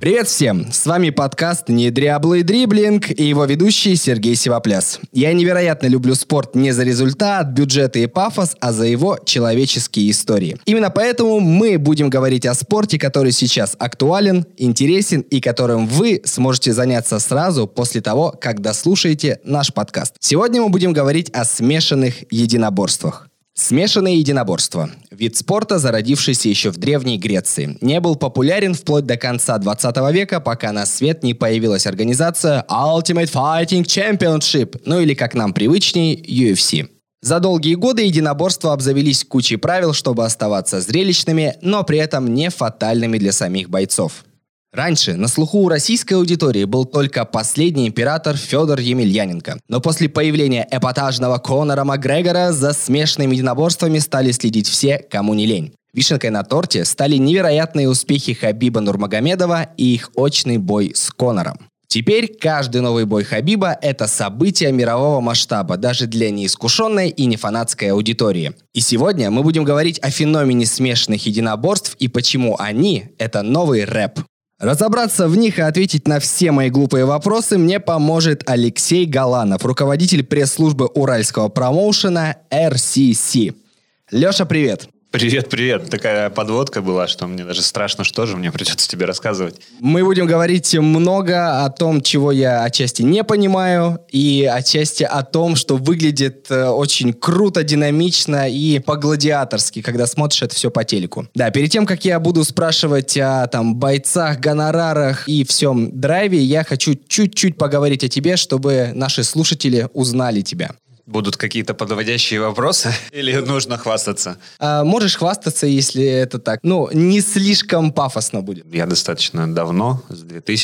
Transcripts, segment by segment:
Привет всем! С вами подкаст «Недряблый дриблинг» и его ведущий Сергей Сивопляс. Я невероятно люблю спорт не за результат, бюджеты и пафос, а за его человеческие истории. Именно поэтому мы будем говорить о спорте, который сейчас актуален, интересен и которым вы сможете заняться сразу после того, как дослушаете наш подкаст. Сегодня мы будем говорить о смешанных единоборствах. Смешанные единоборства. Вид спорта, зародившийся еще в Древней Греции. Не был популярен вплоть до конца 20 века, пока на свет не появилась организация Ultimate Fighting Championship, ну или, как нам привычнее, UFC. За долгие годы единоборства обзавелись кучей правил, чтобы оставаться зрелищными, но при этом не фатальными для самих бойцов. Раньше на слуху у российской аудитории был только последний император Федор Емельяненко. Но после появления эпатажного Конора Макгрегора за смешанными единоборствами стали следить все, кому не лень. Вишенкой на торте стали невероятные успехи Хабиба Нурмагомедова и их очный бой с Конором. Теперь каждый новый бой Хабиба – это событие мирового масштаба, даже для неискушенной и нефанатской аудитории. И сегодня мы будем говорить о феномене смешанных единоборств и почему они – это новый рэп. Разобраться в них и ответить на все мои глупые вопросы мне поможет Алексей Галанов, руководитель пресс-службы уральского промоушена RCC. Леша, привет! Привет. Такая подводка была, что мне даже страшно, что же мне придется тебе рассказывать. Мы будем говорить много о том, чего я отчасти не понимаю, и отчасти о том, что выглядит очень круто, динамично и по-гладиаторски, когда смотришь это все по телеку. Да, перед тем, как я буду спрашивать о бойцах, гонорарах и всем драйве, я хочу чуть-чуть поговорить о тебе, чтобы наши слушатели узнали тебя. Будут какие-то подводящие вопросы или нужно хвастаться? Можешь хвастаться, если это так. Не слишком пафосно будет. Я достаточно давно, с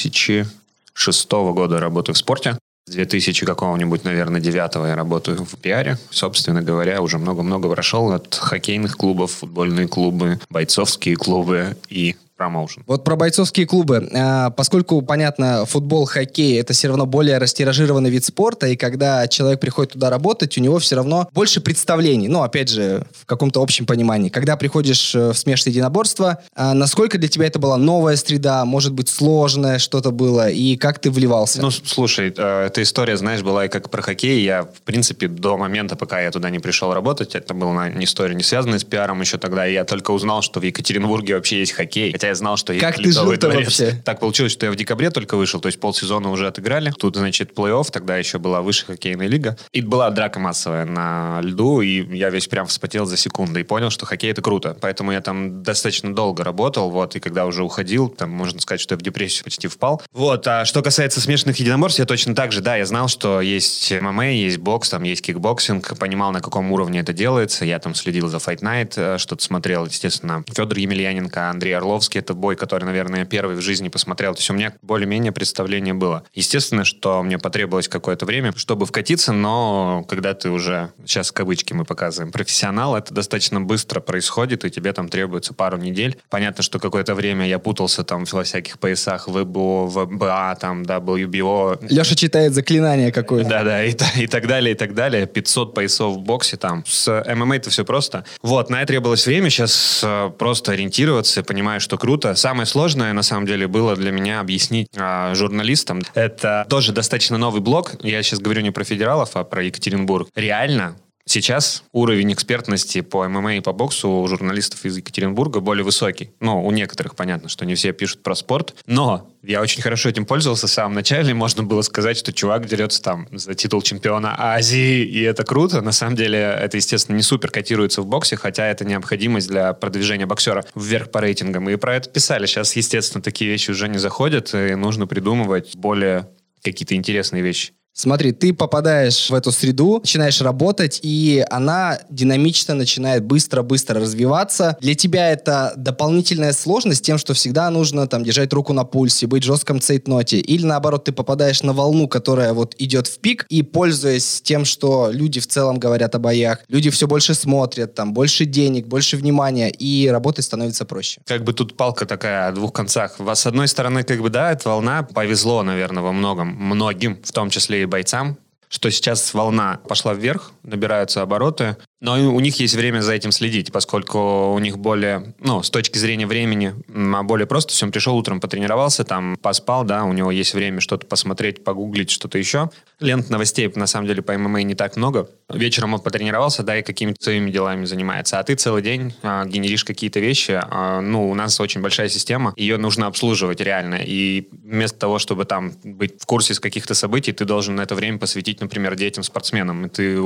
2006 года работаю в спорте. С 2000 какого-нибудь, наверное, 9-го я работаю в пиаре. Собственно говоря, уже много-много прошел от хоккейных клубов, футбольные клубы, бойцовские клубы и промоушен. Вот про бойцовские клубы. Поскольку, понятно, футбол, хоккей — это все равно более растиражированный вид спорта, и когда человек приходит туда работать, у него все равно больше представлений. Опять же, в каком-то общем понимании. Когда приходишь в смешанное единоборство, насколько для тебя это была новая среда, может быть, сложное что-то было, и как ты вливался? Слушай, эта история, знаешь, была и как про хоккей. Я, в принципе, до момента, пока я туда не пришел работать, это была история не связанная с пиаром еще тогда, и я только узнал, что в Екатеринбурге вообще есть хоккей. Хотя я знал, что есть Ледовый дворец. Вообще? Так получилось, что я в декабре только вышел, то есть полсезона уже отыграли. Тут, значит, плей-офф, тогда еще была высшая хоккейная лига. И была драка массовая на льду, и я весь прям вспотел за секунду и понял, что хоккей — это круто. Поэтому я там достаточно долго работал, и когда уже уходил, там, можно сказать, что я в депрессию почти впал. А что касается смешанных единоборств, я точно так же, я знал, что есть ММА, есть бокс, там есть кикбоксинг, понимал, на каком уровне это делается. Я там следил за Fight Night, что-то смотрел, естественно, Федор Емельяненко, Андрей Орловский. Это бой, который, наверное, первый в жизни посмотрел. То есть у меня более-менее представление было. Естественно, что мне потребовалось какое-то время, чтобы вкатиться, но когда ты уже, сейчас кавычки мы показываем, профессионал, это достаточно быстро происходит, и тебе там требуется пару недель. Понятно, что какое-то время я путался там во всяких поясах ВБО, ВБА, там, WBO. Леша читает заклинание какое-то. Да, и так далее, и так далее. 500 поясов в боксе там. С ММА это все просто. На это требовалось время. Сейчас просто ориентироваться, понимаю, что круто. Самое сложное, на самом деле, было для меня объяснить журналистам. Это тоже достаточно новый блог. Я сейчас говорю не про федералов, а про Екатеринбург. Реально, сейчас уровень экспертности по ММА и по боксу у журналистов из Екатеринбурга более высокий. У некоторых понятно, что не все пишут про спорт, но я очень хорошо этим пользовался в самом начале. Можно было сказать, что чувак дерется там за титул чемпиона Азии, и это круто. На самом деле, это, естественно, не супер котируется в боксе, хотя это необходимость для продвижения боксера вверх по рейтингам. И про это писали. Сейчас, естественно, такие вещи уже не заходят, и нужно придумывать более какие-то интересные вещи. Смотри, ты попадаешь в эту среду, начинаешь работать, и она динамично начинает быстро-быстро развиваться. Для тебя это дополнительная сложность тем, что всегда нужно держать руку на пульсе, быть в жестком цейтноте. Или наоборот, ты попадаешь на волну, которая идет в пик, и пользуясь тем, что люди в целом говорят о боях, люди все больше смотрят, больше денег, больше внимания, и работать становится проще. Тут палка такая о двух концах. С одной стороны, эта волна повезло, наверное, во многим, в том числе и бойцам, что сейчас волна пошла вверх, набираются обороты, Но у них есть время за этим следить, поскольку у них более, с точки зрения времени, более просто все. Он пришел утром, потренировался, там, поспал, да, у него есть время что-то посмотреть, погуглить, что-то еще. Лент новостей, на самом деле, по ММА не так много. Вечером он потренировался, да, и какими-то своими делами занимается. А ты целый день генеришь какие-то вещи. У нас очень большая система, ее нужно обслуживать реально. И вместо того, чтобы там быть в курсе каких-то событий, ты должен на это время посвятить, например, детям, спортсменам.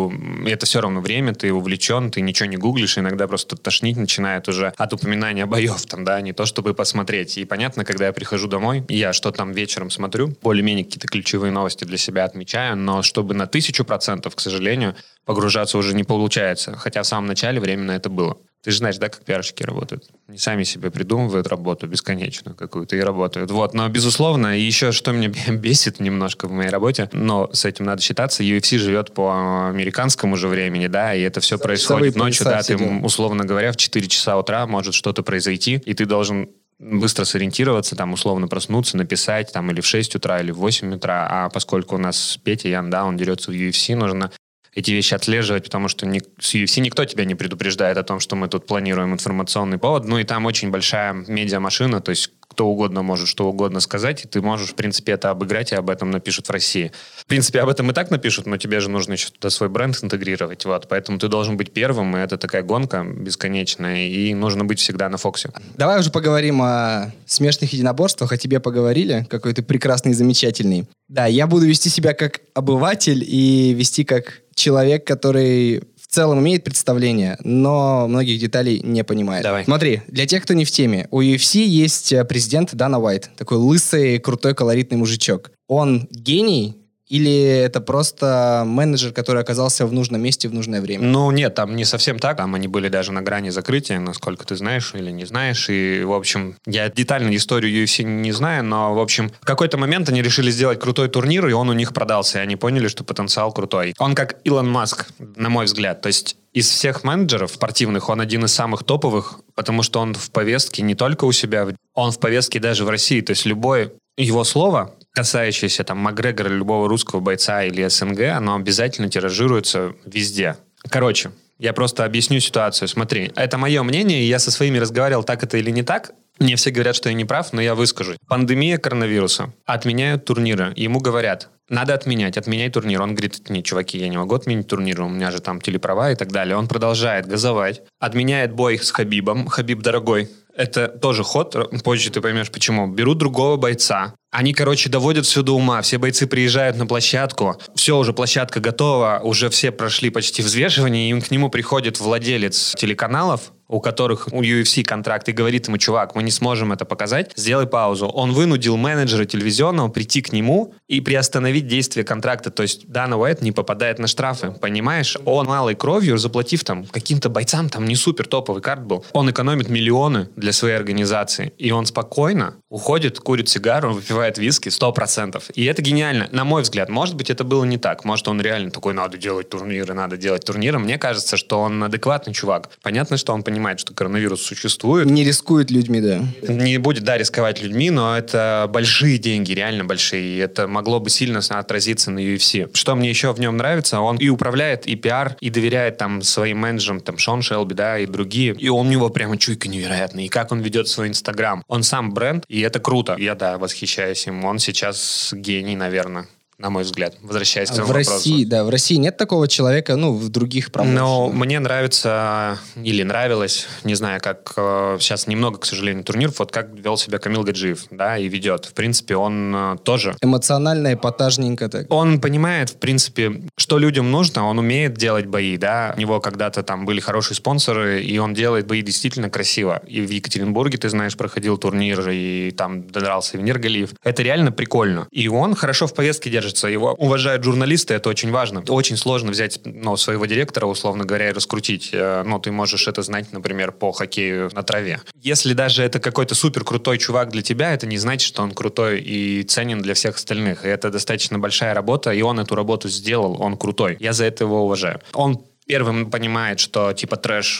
И это все равно время, ты увлечен, ты ничего не гуглишь, иногда просто тошнить начинает уже от упоминания боев, там, да, не то чтобы посмотреть. И понятно, когда я прихожу домой, я что там вечером смотрю, более-менее какие-то ключевые новости для себя отмечаю, но чтобы на 1000%, к сожалению, погружаться уже не получается. Хотя в самом начале время на это было. Ты же знаешь, да, как пиарщики работают? Они сами себе придумывают работу бесконечную какую-то и работают. Вот, но, безусловно, и еще что меня бесит немножко в моей работе, но с этим надо считаться, UFC живет по американскому же времени, да, и это все происходит ночью, да, ты, условно говоря, в 4 часа утра может что-то произойти, и ты должен быстро сориентироваться, там, условно проснуться, написать, там, или в 6 утра, или в 8 утра, а поскольку у нас Петя Ян, да, он дерется в UFC, нужно эти вещи отслеживать, потому что с UFC никто тебя не предупреждает о том, что мы тут планируем информационный повод. Ну и там очень большая медиамашина, то есть кто угодно может что угодно сказать, и ты можешь, в принципе, это обыграть, и об этом напишут в России. В принципе, об этом и так напишут, но тебе же нужно еще туда свой бренд интегрировать. Вот. Поэтому ты должен быть первым, и это такая гонка бесконечная, и нужно быть всегда на фокусе. Давай уже поговорим о смешных единоборствах, о тебе поговорили, какой ты прекрасный и замечательный. Да, я буду вести себя как обыватель и вести как человек, который в целом имеет представление, но многих деталей не понимает. Давай. Смотри, для тех, кто не в теме, у UFC есть президент Дана Уайт, такой лысый, крутой, колоритный мужичок. Он гений или это просто менеджер, который оказался в нужном месте в нужное время? Ну, нет, там не совсем так. Там они были даже на грани закрытия, насколько ты знаешь или не знаешь. И, в общем, я детально историю UFC не знаю, но, в общем, в какой-то момент они решили сделать крутой турнир, и он у них продался. И они поняли, что потенциал крутой. Он как Илон Маск, на мой взгляд. То есть из всех менеджеров спортивных он один из самых топовых, потому что он в повестке не только у себя, он в повестке даже в России. То есть любое его слово, касающееся там Макгрегора, любого русского бойца или СНГ, оно обязательно тиражируется везде. Короче, я просто объясню ситуацию. Смотри, это мое мнение, и я со своими разговаривал, так это или не так. Мне все говорят, что я не прав, но я выскажусь. Пандемия коронавируса. Отменяют турниры. Ему говорят, надо отменяй турнир. Он говорит, нет, чуваки, я не могу отменить турнир, у меня же там телеправа и так далее. Он продолжает газовать. Отменяет бой с Хабибом. Хабиб дорогой. Это тоже ход, позже ты поймешь почему. Берут другого бойца. Они, доводят все до ума. Все бойцы приезжают на площадку. Все, уже площадка готова. Уже все прошли почти взвешивание. И к нему приходит владелец телеканалов, у которых у UFC контракт, и говорит ему, чувак, мы не сможем это показать, сделай паузу. Он вынудил менеджера телевизионного прийти к нему и приостановить действие контракта. То есть Дана Уайт не попадает на штрафы, понимаешь? Он малой кровью, заплатив там каким-то бойцам, там не супер топовый карт был, он экономит миллионы для своей организации. И он спокойно уходит, курит сигару, выпивает виски 100%. И это гениально. На мой взгляд, может быть, это было не так. Может, он реально такой, надо делать турниры. Мне кажется, что он адекватный чувак. Понятно, что он понимает, что коронавирус существует. Не рискует людьми, да. Не будет, да, рисковать людьми, но это большие деньги, реально большие. И это могло бы сильно отразиться на UFC. Что мне еще в нем нравится, он и управляет, и пиар, и доверяет там своим менеджерам, там Шон Шелби, да, и другие. И у него прямо чуйка невероятная. И как он ведет свой Инстаграм. Он сам бренд, и это круто. Я, да, восхищаюсь им. Он сейчас гений, наверное. На мой взгляд, возвращаясь к твоему вопросу. России, да, в России нет такого человека, в других промоушенах. Но мне нравится, или нравилось, не знаю, как сейчас немного, к сожалению, турниров, вот как вел себя Камил Гаджиев, да, и ведет. В принципе, он тоже... Эмоционально, эпатажненько так. Он понимает, в принципе, что людям нужно, он умеет делать бои, да. У него когда-то там были хорошие спонсоры, и он делает бои действительно красиво. И в Екатеринбурге, ты знаешь, проходил турнир, и там дрался Венер Галиев. Это реально прикольно. И он хорошо в повестке держится. Его уважают журналисты, это очень важно. Очень сложно взять своего директора, условно говоря, и раскрутить. Ты можешь это знать, например, по хоккею на траве. Если даже это какой-то супер крутой чувак для тебя, это не значит, что он крутой и ценен для всех остальных. И это достаточно большая работа, и он эту работу сделал, он крутой. Я за это его уважаю. Он первым понимает, что типа трэш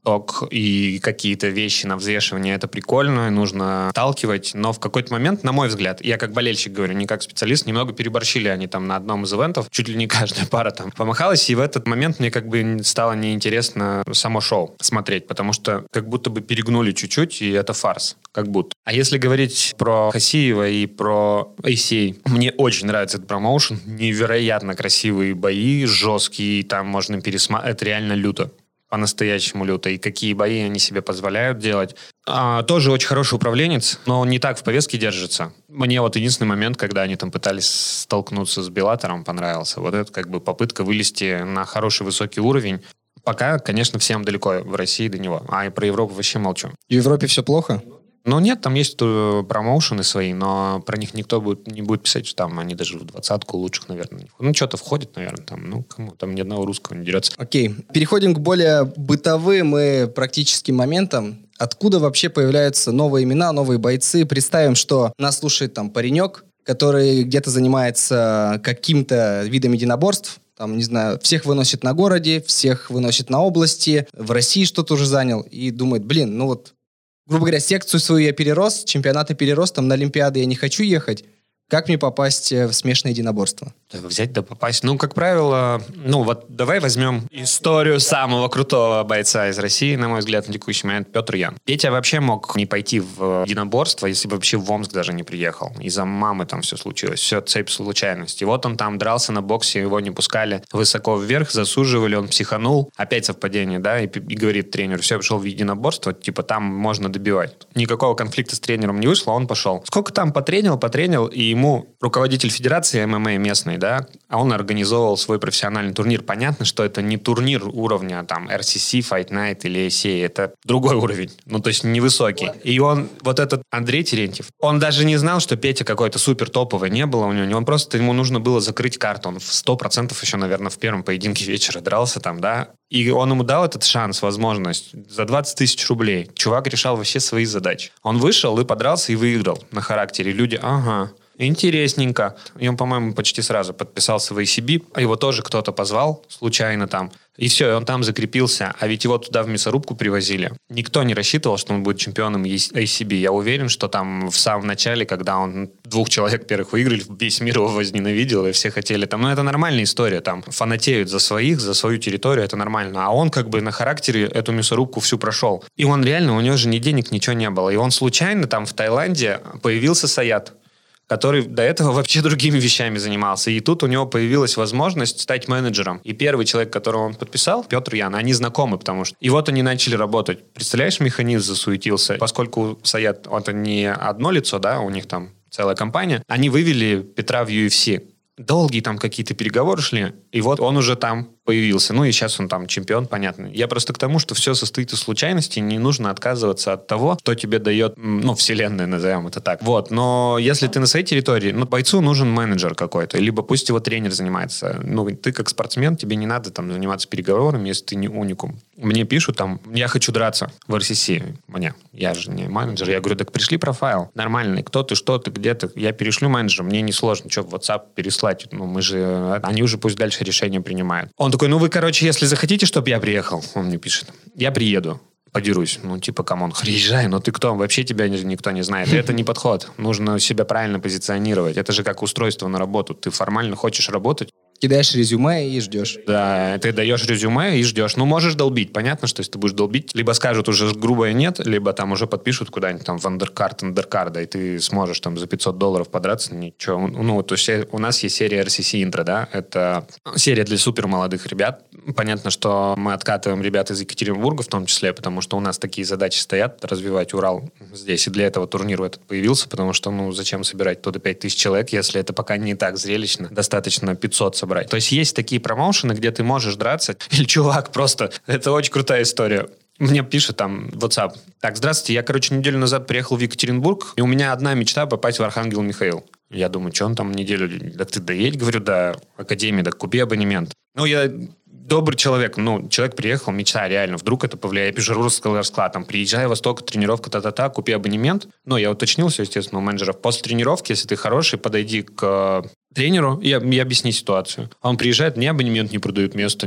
ток и какие-то вещи на взвешивание, это прикольно, нужно отталкивать, но в какой-то момент, на мой взгляд, я как болельщик говорю, не как специалист, немного переборщили они там на одном из ивентов, чуть ли не каждая пара там помахалась, и в этот момент мне как бы стало неинтересно само шоу смотреть, потому что как будто бы перегнули чуть-чуть, и это фарс, как будто. А если говорить про Хасиева и про ACA, мне очень нравится этот промоушен, невероятно красивые бои, жесткие, там можно пересмотреть, это реально люто. По-настоящему люто. И какие бои они себе позволяют делать. Тоже очень хороший управленец, но он не так в повестке держится. Мне вот единственный момент, когда они там пытались столкнуться с Беллатором, понравился. Вот это как бы попытка вылезти на хороший высокий уровень. Пока, конечно, всем далеко в России до него. А и про Европу вообще молчу. В Европе все плохо? Ну, нет, там есть промоушены свои, но про них никто не будет писать, что там они даже в 20-ку лучших, наверное, не входят. Ну, что-то входит, наверное, там, ну, кому там ни одного русского не дерется. Окей. Переходим к более бытовым и практическим моментам. Откуда вообще появляются новые имена, новые бойцы? Представим, что нас слушает там паренек, который где-то занимается каким-то видом единоборств, там, не знаю, всех выносит на городе, всех выносит на области, в России что-то уже занял, и думает, блин, ну вот, грубо говоря, секцию свою я перерос, чемпионаты перерос, там на Олимпиады я не хочу ехать. Как мне попасть в смешанное единоборство? Взять да попасть. Ну, как правило, ну вот давай возьмем историю самого крутого бойца из России, на мой взгляд, на текущий момент, Петр Ян. Петя вообще мог не пойти в единоборство, если бы вообще в Омск даже не приехал. Из-за мамы там все случилось. Все цепь случайностей. Вот он там дрался на боксе, его не пускали высоко вверх, засуживали, он психанул. Опять совпадение, да, и говорит тренеру, все, пошел в единоборство, типа там можно добивать. Никакого конфликта с тренером не вышло, он пошел. Сколько там потренил, и ему руководитель федерации ММА местной, да, а он организовывал свой профессиональный турнир. Понятно, что это не турнир уровня там RCC, Fight Night или ACA, это другой уровень, ну, то есть невысокий. И он, вот этот Андрей Терентьев, он даже не знал, что Петя какой-то супер топовый, не было у него, он просто, ему нужно было закрыть карту, он в 100% еще, наверное, в первом поединке вечера дрался там, да, и он ему дал этот шанс, возможность за 20 000 рублей. Чувак решал вообще свои задачи. Он вышел и подрался и выиграл на характере. Люди, ага, интересненько. И он, по-моему, почти сразу подписался в ACB. Его тоже кто-то позвал случайно там. И все, и он там закрепился. А ведь его туда в мясорубку привозили. Никто не рассчитывал, что он будет чемпионом ACB. Я уверен, что там в самом начале, когда он 2 человек первых выиграли, весь мир его возненавидел, и все хотели там... Ну, это нормальная история. Там фанатеют за своих, за свою территорию, это нормально. А он как бы на характере эту мясорубку всю прошел. И он реально, у него же ни денег, ничего не было. И он случайно там в Таиланде появился Саят, который до этого вообще другими вещами занимался. И тут у него появилась возможность стать менеджером. И первый человек, которого он подписал, Петр Ян, они знакомы, потому что... И вот они начали работать. Представляешь, механизм засуетился. Поскольку Саят, это не одно лицо, да, у них там целая компания, они вывели Петра в UFC. Долгие там какие-то переговоры шли, и вот он уже там появился. Ну и сейчас он там чемпион, понятно. Я просто к тому, что все состоит из случайностей, не нужно отказываться от того, что тебе дает, ну, вселенная, назовем это так. Вот, но если ты на своей территории, ну, бойцу нужен менеджер какой-то, либо пусть его тренер занимается. Ну, ты как спортсмен, тебе не надо там заниматься переговорами, если ты не уникум. Мне пишут там, я хочу драться в RCC. Я же не менеджер. Я говорю, так пришли профайл. Нормальный. Кто ты, что ты, где ты. Я перешлю менеджеру, мне не сложно. Что, в WhatsApp переслать? Ну, они уже пусть дальше решения принимают. Он такой, ну вы, короче, если захотите, чтобы я приехал, он мне пишет, я приеду, подерусь. Ну, типа, камон, приезжай, но ты кто? Вообще тебя никто не знает. Это не подход. Нужно себя правильно позиционировать. Это же как устройство на работу. Ты формально хочешь работать, Кидаешь резюме и ждешь. Да, ты даешь резюме и ждешь. Ну, можешь долбить. Понятно, что если ты будешь долбить, либо скажут уже грубое нет, либо там уже подпишут куда-нибудь там в андеркарда, и ты сможешь там за $500 подраться. Ничего. Ну, то есть у нас есть серия RCC Intro, да, это серия для супер молодых ребят. Понятно, что мы откатываем ребят из Екатеринбурга в том числе, потому что у нас такие задачи стоят, развивать Урал здесь. И для этого турнир этот появился, потому что, ну, зачем собирать туда 5000 человек, если это пока не так зрелищно. Достаточно 500 собрать. То есть есть такие промоушены, где ты можешь драться. Или чувак просто... Это очень крутая история. Мне пишет там WhatsApp. Так, здравствуйте, я, неделю назад приехал в Екатеринбург, и у меня одна мечта попасть в Архангел Михаил. Я думаю, что он там неделю... Да ты доедь, говорю, до академии, да купи абонемент. Ну, я... Добрый человек, ну, человек приехал, мечта, реально, вдруг это повлияет. Я пишу русский расклад, там, приезжай в Восток, тренировка, та-та-та, купи абонемент. Ну, я уточнил все, естественно, у менеджеров. После тренировки, если ты хороший, подойди к тренеру и объясни ситуацию. А он приезжает, мне абонемент не продают, места нет.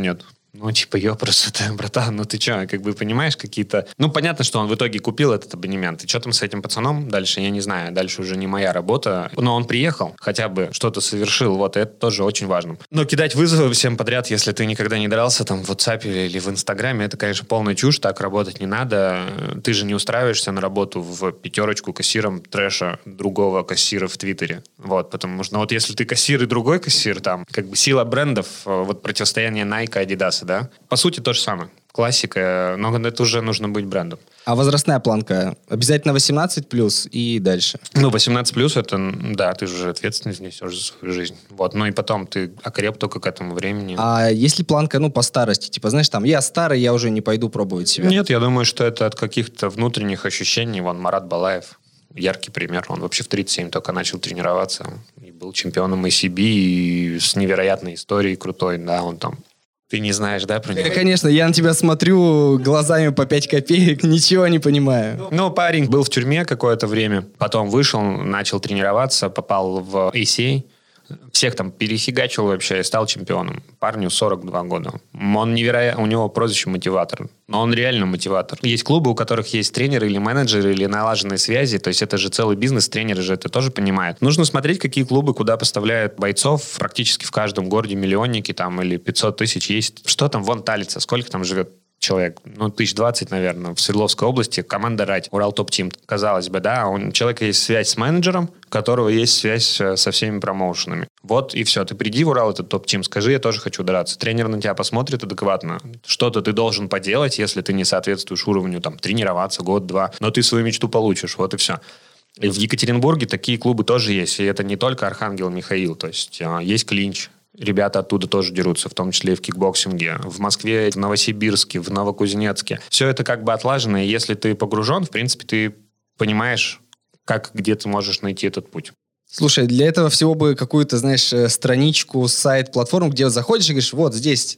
Ну, типа, ёпрст, братан, ну ты чё, как бы понимаешь какие-то... Ну, понятно, что он в итоге купил этот абонемент. И что там с этим пацаном дальше, я не знаю. Дальше уже не моя работа. Но он приехал, хотя бы что-то совершил, вот, и это тоже очень важно. Но кидать вызовы всем подряд, если ты никогда не дрался там в WhatsApp или в Инстаграме, это, конечно, полная чушь, так работать не надо. Ты же не устраиваешься на работу в пятерочку кассиром трэша другого кассира в Твиттере. Вот, потому что, ну, вот если ты кассир и другой кассир, там, как бы сила брендов, вот противостояние Nike, Adidas, да? По сути, то же самое. Классика, но это уже нужно быть брендом. А возрастная планка? Обязательно 18+ и дальше? Ну, 18+, это, да, ты же уже ответственность несешь за свою жизнь. Вот, ну и потом ты окреп только к этому времени. А есть ли планка, ну, по старости? Типа, знаешь, там, я старый, я уже не пойду пробовать себя. Нет, я думаю, что это от каких-то внутренних ощущений. Вон, Марат Балаев, яркий пример. Он вообще в 37 только начал тренироваться. И был чемпионом ACB, и с невероятной историей крутой, да, он там... Ты не знаешь, да, про него? Конечно, я на тебя смотрю глазами по 5 копеек, ничего не понимаю. Ну, парень был в тюрьме какое-то время, потом вышел, начал тренироваться, попал в ACA, всех там перефигачил вообще и стал чемпионом. Парню 42 года. Он невероятно, у него прозвище мотиватор, но он реально мотиватор. Есть клубы, у которых есть тренеры или менеджеры, или налаженные связи, то есть это же целый бизнес, тренеры же это тоже понимают. Нужно смотреть, какие клубы куда поставляют бойцов. Практически в каждом городе миллионники там или 500 тысяч есть. Что там, вон Талица, сколько там живет человек, ну, 1020, наверное, в Свердловской области, команда «Рать», Урал Топ-Тим. Казалось бы, да, у человека есть связь с менеджером, у которого есть связь со всеми промоушенами. Вот и все. Ты приди в Урал, этот Топ-Тим, скажи, я тоже хочу драться. Тренер на тебя посмотрит адекватно. Что-то ты должен поделать, если ты не соответствуешь уровню, там, тренироваться год-два, но ты свою мечту получишь, вот и все. И в Екатеринбурге такие клубы тоже есть, и это не только Архангел Михаил, то есть есть Клинч. Ребята оттуда тоже дерутся, в том числе и в кикбоксинге. В Москве, в Новосибирске, в Новокузнецке. Все это как бы отлажено, и если ты погружен, в принципе, ты понимаешь, как, где ты можешь найти этот путь. Слушай, для этого всего бы какую-то, знаешь, страничку, сайт, платформу, где вот заходишь и говоришь, вот здесь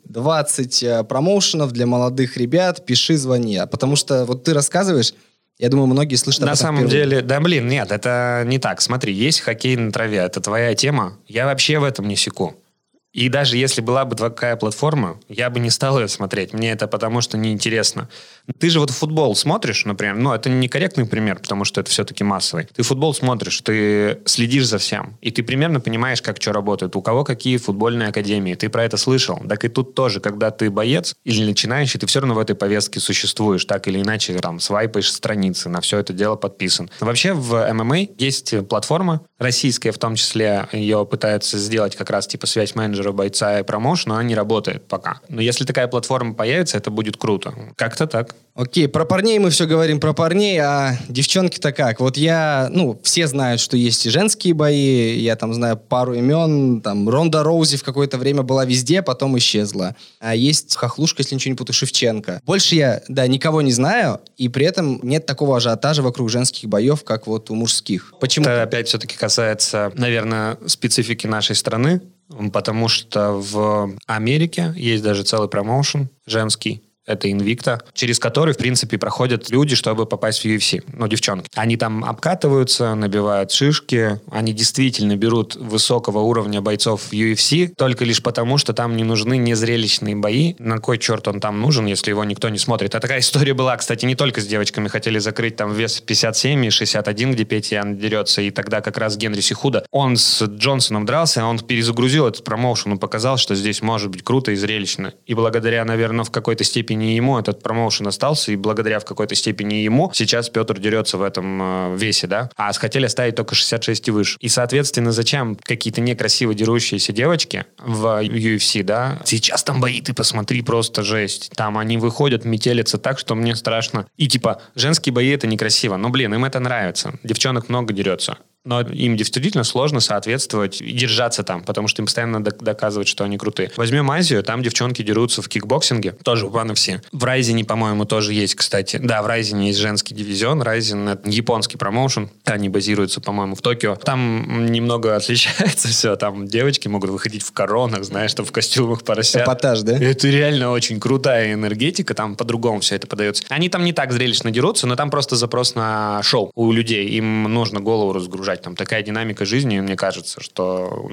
20 промоушенов для молодых ребят, пиши, звони. Потому что вот ты рассказываешь, я думаю, многие слышат об этом На самом впервые. деле, да блин, нет, это не так. Смотри, есть хоккей на траве, это твоя тема. Я вообще в этом не секу. И даже если была бы такая платформа, я бы не стал ее смотреть. Мне это потому что неинтересно. Ты же вот футбол смотришь, например, ну, это некорректный пример, потому что это все-таки массовый. Ты футбол смотришь, ты следишь за всем, и ты примерно понимаешь, как что работает, у кого какие футбольные академии. Ты про это слышал. Так и тут тоже, когда ты боец или начинающий, ты все равно в этой повестке существуешь, так или иначе, там, свайпаешь страницы, на все это дело подписан. Вообще в ММА есть платформа, российская в том числе, ее пытаются сделать как раз типа связь менеджера, бойца и промоушен, но она не работает пока. Но если такая платформа появится, это будет круто. Как-то так. Окей, про парней мы все говорим про парней, а девчонки-то как? Вот я, ну, все знают, что есть и женские бои, я там знаю пару имен, там Ронда Роузи в какое-то время была везде, потом исчезла. А есть хохлушка, если ничего не путаю, Шевченко. Больше я, да, никого не знаю, и при этом нет такого ажиотажа вокруг женских боев, как вот у мужских. Почему? Это опять все-таки касается, наверное, специфики нашей страны, потому что в Америке есть даже целый промоушен женский, это Invicta, через который, в принципе, проходят люди, чтобы попасть в UFC. Ну, девчонки. Они там обкатываются, набивают шишки. Они действительно берут высокого уровня бойцов в UFC только лишь потому, что там не нужны незрелищные бои. На кой черт он там нужен, если его никто не смотрит? А такая история была, кстати, не только с девочками. Хотели закрыть там вес 57 и 61, где Петя Ян дерется. И тогда как раз Генри Сихуда. Он с Джонсоном дрался, он перезагрузил этот промоушен и показал, что здесь может быть круто и зрелищно. И благодаря, наверное, в какой-то степени ему этот промоушен остался, и благодаря в какой-то степени ему сейчас Петр дерется в этом весе, да? А хотели ставить только 66 и выше. И, соответственно, зачем какие-то некрасиво дерущиеся девочки в UFC, да? Сейчас там бои, ты посмотри, просто жесть. Там они выходят, метелятся так, что мне страшно. И типа, женские бои это некрасиво. Но, блин, им это нравится. Девчонок много дерется. Но им действительно сложно соответствовать и держаться там, потому что им постоянно надо доказывать, что они крутые. Возьмем Азию, там девчонки дерутся в кикбоксинге, тоже в UFC. В Райзене, по-моему, тоже есть, кстати. Да, в Райзене есть женский дивизион. Райзен — это японский промоушен. Они базируются, по-моему, в Токио. Там немного отличается все. Там девочки могут выходить в коронах, знаешь, там в костюмах поросят. Эпатаж, да? Это реально очень крутая энергетика, там по-другому все это подается. Они там не так зрелищно дерутся, но там просто запрос на шоу у людей. Им нужно голову разгружать. Там такая динамика жизни, мне кажется, что, ну,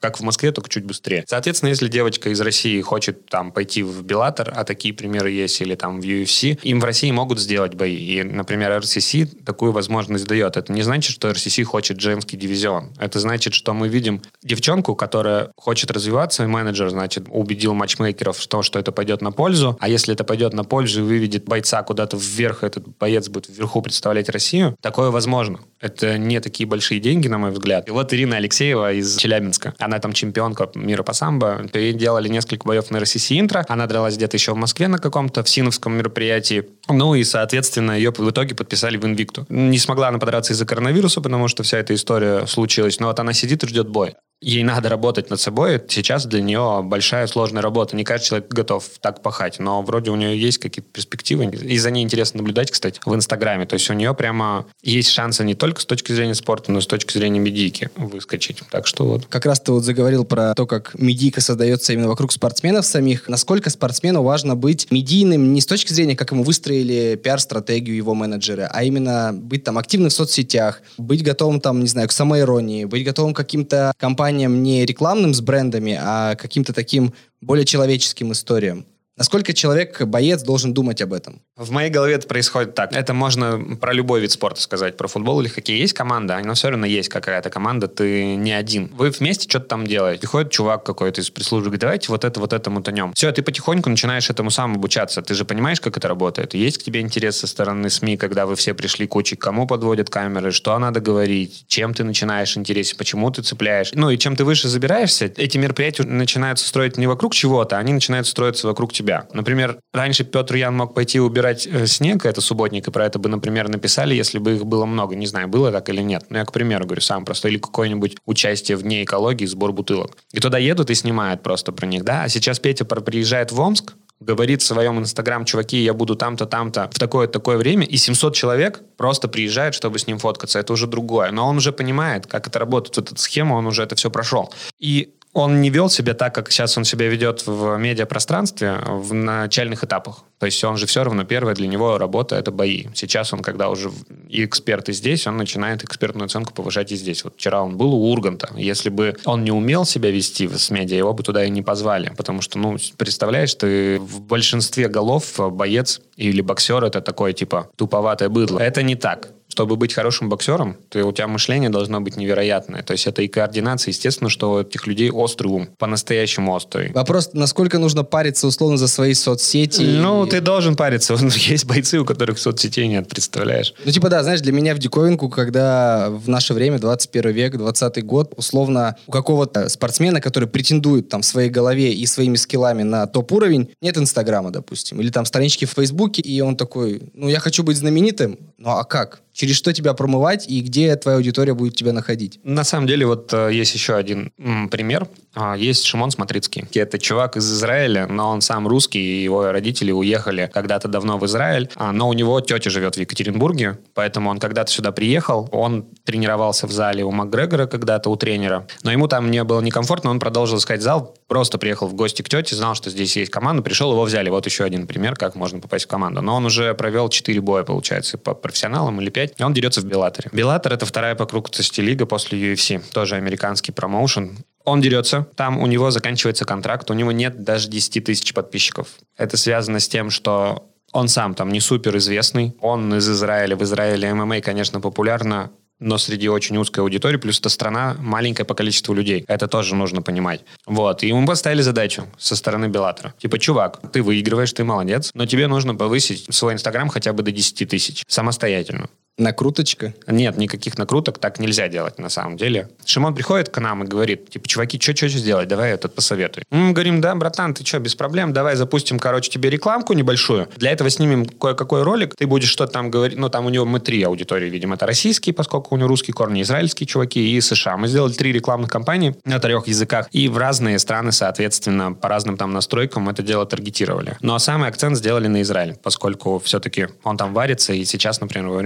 как в Москве, только чуть быстрее. Соответственно, если девочка из России хочет там пойти в Bellator, а такие примеры есть, или там в UFC, им в России могут сделать бои. И, например, RCC такую возможность дает. Это не значит, что RCC хочет женский дивизион. Это значит, что мы видим девчонку, которая хочет развиваться, и менеджер, значит, убедил матчмейкеров в том, что это пойдет на пользу. А если это пойдет на пользу и выведет бойца куда-то вверх, этот боец будет вверху представлять Россию, такое возможно. Это не такие большие деньги, на мой взгляд. И вот Ирина Алексеева из Челябинска. Она там чемпионка мира по самбо. Ей делали несколько боев на RCC Интро. Она дралась где-то еще в Москве на каком-то, в Синовском мероприятии. Ну и, соответственно, ее в итоге подписали в Инвикту. Не смогла она подраться из-за коронавируса, потому что вся эта история случилась. Но вот она сидит и ждет бой. Ей надо работать над собой. Сейчас для нее большая сложная работа. Не каждый человек готов так пахать, но вроде у нее есть какие-то перспективы. И за ней интересно наблюдать, кстати, в Инстаграме. То есть у нее прямо есть шансы не только с точки зрения спорта, но и с точки зрения медийки выскочить. Так что вот. Как раз ты вот заговорил про то, как медийка создается именно вокруг спортсменов самих. Насколько спортсмену важно быть медийным не с точки зрения, как ему выстроили пиар-стратегию его менеджеры, а именно быть там активным в соцсетях, быть готовым там, не знаю, к самоиронии, быть готовым к каким-то компаниям не рекламным с брендами, а каким-то таким более человеческим историям. Насколько человек, боец, должен думать об этом? В моей голове это происходит так. Это можно про любой вид спорта сказать. Про футбол или хоккей. Есть команда, но все равно есть какая-то команда, ты не один. Вы вместе что-то там делаете. Приходит чувак какой-то из пресс-службы, говорит, давайте вот это мутанем. Все, ты потихоньку начинаешь этому сам обучаться. Ты же понимаешь, как это работает. Есть к тебе интерес со стороны СМИ, когда вы все пришли кучей, кому подводят камеры, что надо говорить, чем ты начинаешь интересен, почему ты цепляешь. Ну и чем ты выше забираешься, эти мероприятия начинаются строить не вокруг чего-то, они начинают строиться вокруг тебя. Например, раньше Петр Ян мог пойти убирать снег, это субботник, и про это бы, например, написали, если бы их было много. Не знаю, было так или нет. Но я, к примеру, говорю сам просто. Или какое-нибудь участие в Дне экологии, сбор бутылок. И туда едут и снимают просто про них, да? А сейчас Петя приезжает в Омск, говорит в своем Инстаграм, чуваки, я буду там-то, там-то в такое-то время, и 700 человек просто приезжают, чтобы с ним фоткаться. Это уже другое. Но он уже понимает, как это работает. Вот эта схема, он уже это все прошел. И он не вел себя так, как сейчас он себя ведет в медиапространстве в начальных этапах. То есть он же все равно, первая для него работа – это бои. Сейчас он, когда уже и эксперт и здесь, он начинает экспертную оценку повышать и здесь. Вот вчера он был у Урганта. Если бы он не умел себя вести с медиа, его бы туда и не позвали. Потому что, представляешь, ты в большинстве голов боец или боксер – это такое, типа, туповатое быдло. Это не так. Чтобы быть хорошим боксером, у тебя мышление должно быть невероятное. То есть это и координация. Естественно, что у этих людей острый ум. По-настоящему острый. Вопрос, насколько нужно париться условно за свои соцсети? Ты должен париться. Есть бойцы, у которых соцсетей нет, представляешь? Знаешь, для меня в диковинку, когда в наше время, 21 век, 20 год, условно, у какого-то спортсмена, который претендует там в своей голове и своими скиллами на топ-уровень, нет Инстаграма, допустим, или там странички в Фейсбуке, и он такой, я хочу быть знаменитым, а как? Через что тебя промывать и где твоя аудитория будет тебя находить? На самом деле, есть еще один пример. Есть Шимон Смотрицкий. Это чувак из Израиля, но он сам русский, и его родители уехали когда-то давно в Израиль, но у него тетя живет в Екатеринбурге, поэтому он когда-то сюда приехал, он тренировался в зале у Макгрегора когда-то, у тренера, но ему там не было некомфортно, он продолжил искать зал, просто приехал в гости к тете, знал, что здесь есть команда, пришел, его взяли. Вот еще один пример, как можно попасть в команду. Но он уже провел 4 боя, получается, по профессионалам или 5, и он дерется в Беллаторе. Беллатор — это вторая по крупности лига после UFC, тоже американский промоушен. Он дерется, там у него заканчивается контракт, у него нет даже 10 тысяч подписчиков. Это связано с тем, что он сам там не супер известный, он из Израиля, в Израиле ММА, конечно, популярно, но среди очень узкой аудитории, плюс эта страна маленькая по количеству людей. Это тоже нужно понимать. И ему поставили задачу со стороны Беллатора. Типа, чувак, ты выигрываешь, ты молодец, но тебе нужно повысить свой Инстаграм хотя бы до 10 тысяч самостоятельно. Накруточка? Нет, никаких накруток так нельзя делать на самом деле. Шимон приходит к нам и говорит, типа, чуваки, что сделать? Давай посоветуй. Мы говорим, да, братан, ты что, без проблем, давай запустим, тебе рекламку небольшую. Для этого снимем кое-какой ролик, ты будешь что-то там говорить, там у него мы 3 аудитории видим. Это российские, поскольку у него русские корни, израильские чуваки и США. Мы сделали 3 рекламных кампании на 3 языках. И в разные страны, соответственно, по разным там настройкам это дело таргетировали. Но самый акцент сделали на Израиль, поскольку все-таки он там варится, и сейчас, например, во время пандемии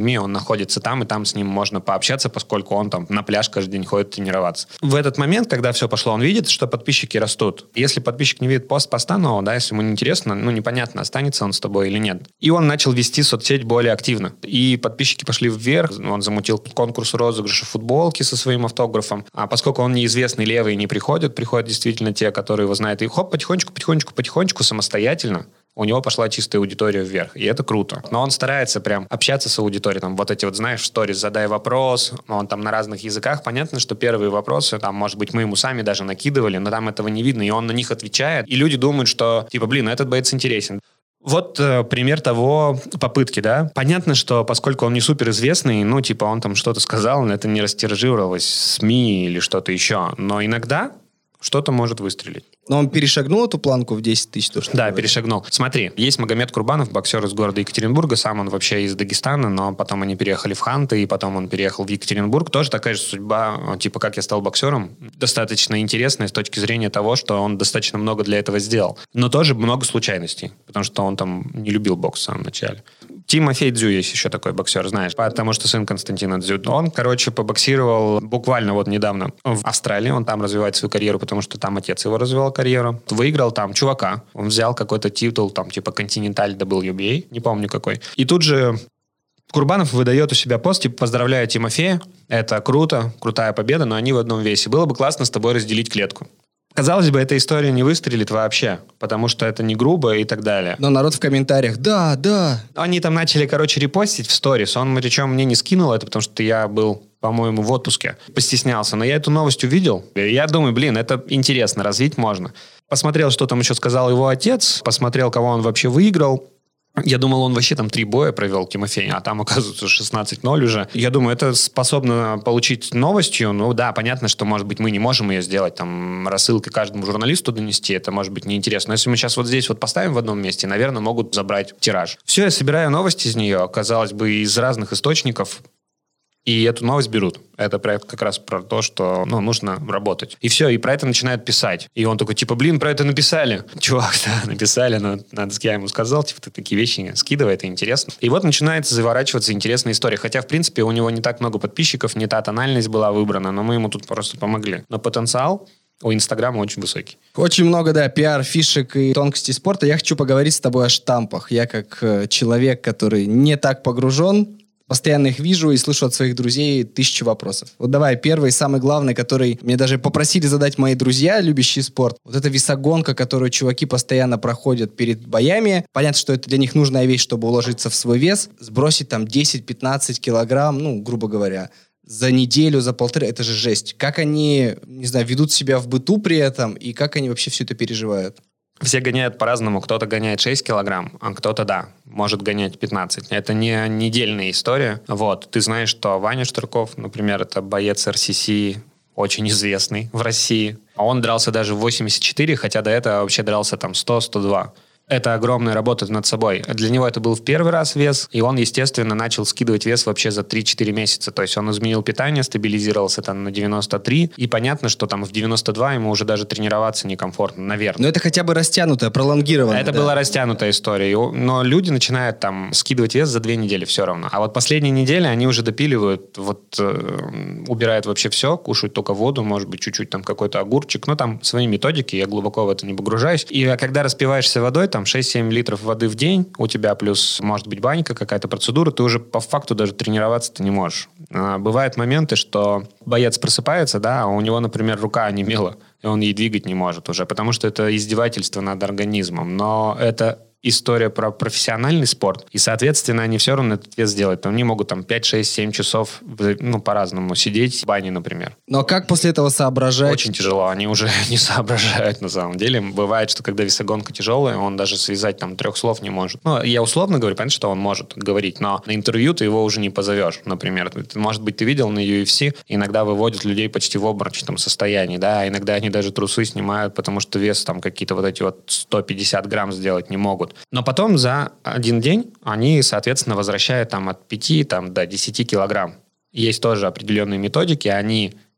людьми, он находится там, и там с ним можно пообщаться, поскольку он там на пляж каждый день ходит тренироваться. В этот момент, когда все пошло, он видит, что подписчики растут. Если подписчик не видит поста нового, да, если ему не интересно, непонятно, останется он с тобой или нет. И он начал вести соцсеть более активно. И подписчики пошли вверх, он замутил конкурс розыгрыша футболки со своим автографом. А поскольку он неизвестный левый не приходят действительно те, которые его знают. И потихонечку, самостоятельно у него пошла чистая аудитория вверх. И это круто. Но он старается прям общаться с аудиторией. Там вот эти знаешь, в сторис задай вопрос. Он там на разных языках. Понятно, что первые вопросы, там, может быть, мы ему сами даже накидывали, но там этого не видно. И он на них отвечает. И люди думают, что, этот боец интересен. Вот пример того попытки, да. Понятно, что поскольку он не суперизвестный, он там что-то сказал, это не растиражировалось в СМИ или что-то еще. Но иногда что-то может выстрелить. Но он перешагнул эту планку в 10 тысяч? Да, перешагнул. Смотри, есть Магомед Курбанов, боксер из города Екатеринбурга. Сам он вообще из Дагестана, но потом они переехали в Ханты, и потом он переехал в Екатеринбург. Тоже такая же судьба, как я стал боксером. Достаточно интересная с точки зрения того, что он достаточно много для этого сделал. Но тоже много случайностей, потому что он там не любил бокс в самом начале. Тимофей Дзю есть еще такой боксер, знаешь, потому что сын Константина Дзю. Он, побоксировал буквально недавно в Австралии. Он там развивает свою карьеру, потому что там отец его развивал карьеру. Выиграл там чувака. Он взял какой-то титул, Континенталь WBA, не помню какой. И тут же Курбанов выдает у себя пост, поздравляю Тимофея, это круто, крутая победа, но они в одном весе. Было бы классно с тобой разделить клетку. Казалось бы, эта история не выстрелит вообще, потому что это не грубо и так далее. Но народ в комментариях, да. Они там начали, репостить в сторис. Он, причем, мне не скинул это, потому что я был, по-моему, в отпуске. Постеснялся. Но я эту новость увидел. И я думаю, это интересно, развить можно. Посмотрел, что там еще сказал его отец. Посмотрел, кого он вообще выиграл. Я думал, он вообще там 3 боя провел, Тимофей, а там, оказывается, 16-0 уже. Я думаю, это способно получить новостью. Да, понятно, что, может быть, мы не можем ее сделать, рассылкой каждому журналисту донести, это, может быть, неинтересно. Но если мы сейчас здесь поставим в одном месте, наверное, могут забрать тираж. Все, я собираю новости из нее, казалось бы, из разных источников, и эту новость берут. Это как раз про то, что нужно работать. И все, и про это начинают писать. И он такой, про это написали. Чувак, да, написали, но я ему сказал, ты такие вещи скидывай, это интересно. И вот начинается заворачиваться интересная история. Хотя, в принципе, у него не так много подписчиков, не та тональность была выбрана, но мы ему тут просто помогли. Но потенциал у Инстаграма очень высокий. Очень много, пиар, фишек и тонкостей спорта. Я хочу поговорить с тобой о штампах. Я как человек, который не так погружен, постоянно их вижу и слышу от своих друзей 1000 вопросов. Вот давай, первый, самый главный, который мне даже попросили задать мои друзья, любящие спорт. Вот эта весогонка, которую чуваки постоянно проходят перед боями. Понятно, что это для них нужная вещь, чтобы уложиться в свой вес. Сбросить 10-15 килограмм, грубо говоря, за неделю, за полторы, это же жесть. Как они, ведут себя в быту при этом, и как они вообще все это переживают? Все гоняют по-разному. Кто-то гоняет 6 килограмм, а кто-то, может гонять 15. Это не недельная история. Ты знаешь, что Ваня Штырков, например, это боец РСС, очень известный в России. Он дрался даже в 84, хотя до этого вообще дрался 100-102. Это огромная работа над собой. Для него это был в первый раз вес, и он, естественно, начал скидывать вес вообще за 3-4 месяца. То есть он изменил питание, стабилизировался на 93, и понятно, что в 92 ему уже даже тренироваться некомфортно, наверное. Но это хотя бы растянутое, пролонгированное. Это была растянутая история. Но люди начинают скидывать вес за 2 недели все равно. А последние недели они уже допиливают, убирают вообще все, кушают только воду, может быть, чуть-чуть какой-то огурчик. Свои методики, я глубоко в это не погружаюсь. И когда распиваешься водой, 6-7 литров воды в день у тебя, плюс, может быть, банька, какая-то процедура, ты уже по факту даже тренироваться-то не можешь. Бывают моменты, что боец просыпается, а у него, например, рука онемела, и он ей двигать не может уже, потому что это издевательство над организмом. Но это история про профессиональный спорт, и, соответственно, они все равно этот вес делают. Они могут 5, 6, 7 часов, по-разному сидеть в бане, например. Но как после этого соображать? Очень тяжело, они уже не соображают на самом деле. Бывает, что когда весогонка тяжелая, он даже связать 3 слов не может. Я условно говорю, понятно, что он может говорить, но на интервью ты его уже не позовешь, например. Может быть, ты видел на UFC, иногда выводят людей почти в обморочном состоянии, а иногда они даже трусы снимают, потому что вес какие-то 150 грамм сделать не могут. Но потом за один день они, соответственно, возвращают от 5 до 10 килограмм. Есть тоже определенные методики, они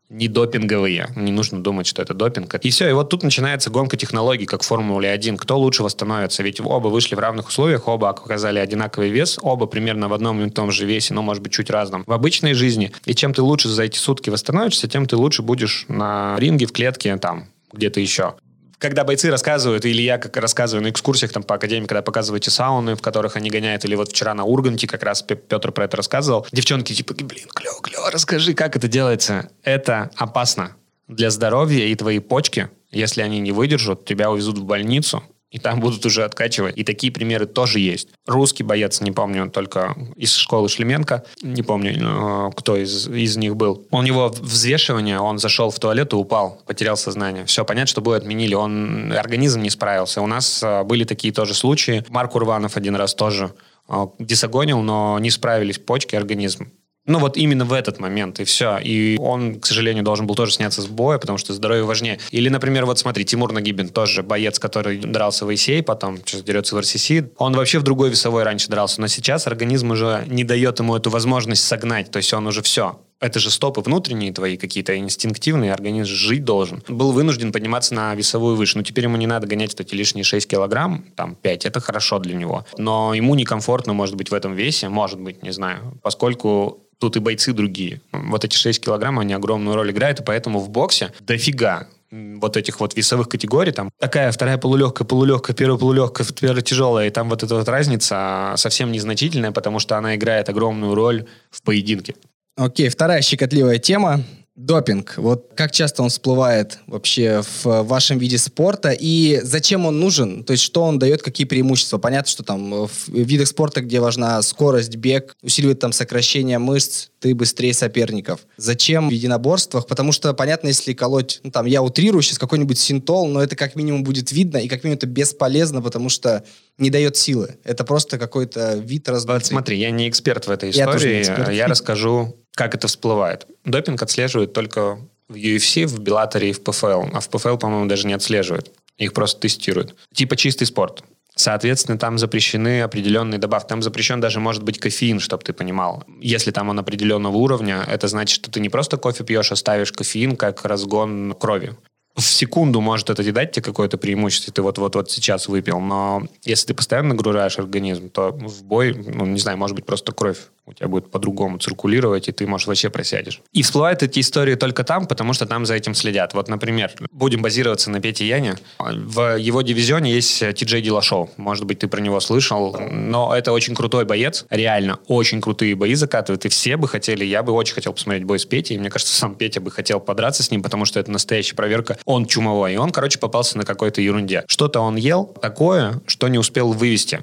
не допинговые. Не нужно думать, что это допинг. И все, и вот тут начинается гонка технологий, как в Формуле-1. Кто лучше восстановится? Ведь оба вышли в равных условиях, оба оказали одинаковый вес, оба примерно в одном и том же весе, но, может быть, чуть разном в обычной жизни. И чем ты лучше за эти сутки восстановишься, тем ты лучше будешь на ринге, в клетке, там, где-то еще. Когда бойцы рассказывают, или я как рассказываю на экскурсиях там, по академии, когда показываете сауны, в которых они гоняют, или вот вчера на Урганте как раз Петр про это рассказывал, девчонки типа, блин, клево, расскажи, как это делается. Это опасно для здоровья, и твои почки, если они не выдержат, тебя увезут в больницу, и там будут уже откачивать. И такие примеры тоже есть. Русский боец, не помню, только из школы Шлеменко, не помню, кто из них был. У него взвешивание, он зашел в туалет и упал, потерял сознание. Все, понятно, что бой отменили, организм не справился. У нас были такие тоже случаи. Марк Урванов один раз тоже дисогонил, но не справились почки, организм. Ну, вот именно в этот момент, и все. И он, к сожалению, должен был тоже сняться с боя, потому что здоровье важнее. Или, например, вот смотри, Тимур Нагибин, тоже боец, который дрался в ACA, потом сейчас дерется в RCC. Он вообще в другой весовой раньше дрался, но сейчас организм уже не дает ему эту возможность согнать, то есть он уже все. Это же стопы внутренние твои какие-то, инстинктивные, организм жить должен. Был вынужден подниматься на весовую выше. Ну, теперь ему не надо гонять эти лишние 6 килограмм, там, 5, это хорошо для него. Но ему некомфортно, может быть, в этом весе, может быть, не знаю, поскольку тут и бойцы другие. Вот эти 6 килограмм, они огромную роль играют, и поэтому в боксе дофига вот этих вот весовых категорий, там такая вторая полулегкая, первая полулегкая, первая тяжелая, и там вот эта вот разница совсем незначительная, потому что она играет огромную роль в поединке. Окей, вторая щекотливая тема. Допинг. Вот как часто он всплывает вообще в вашем виде спорта и зачем он нужен? То есть что он дает, какие преимущества? Понятно, что там в видах спорта, где важна скорость, бег, усиливает там сокращение мышц, ты быстрее соперников. Зачем в единоборствах? Потому что, понятно, если колоть, ну там я утрирую сейчас какой-нибудь синтол, но это как минимум будет видно и как минимум это бесполезно, потому что не дает силы. Это просто какой-то вид раздутый. Вот смотри, я не эксперт в этой истории, я расскажу, как это всплывает. Допинг отслеживают только в UFC, в Беллаторе и в ПФЛ. А в ПФЛ, по-моему, даже не отслеживают. Их просто тестируют. Типа чистый спорт. Соответственно, там запрещены определенные добавки. Там запрещен даже, может быть, кофеин, чтобы ты понимал. Если там он определенного уровня, это значит, что ты не просто кофе пьешь, а ставишь кофеин как разгон крови. В секунду может это дать тебе какое-то преимущество, ты вот сейчас выпил, но если ты постоянно нагружаешь организм, то в бой, ну, не знаю, может быть, просто кровь у тебя будет по-другому циркулировать, и ты, может, вообще просядешь. И всплывают эти истории только там, потому что там за этим следят. Вот, например, будем базироваться на Пете Яне. В его дивизионе есть Ти-Джей Диллашоу. Может быть, ты про него слышал, но это очень крутой боец. Реально, очень крутые бои закатывает, и все бы хотели, я бы очень хотел посмотреть бой с Петей, и мне кажется, сам Петя бы хотел подраться с ним, потому что это настоящая проверка. Он чумовой, и он, короче, попался на какой-то ерунде. Что-то он ел такое, что не успел вывести.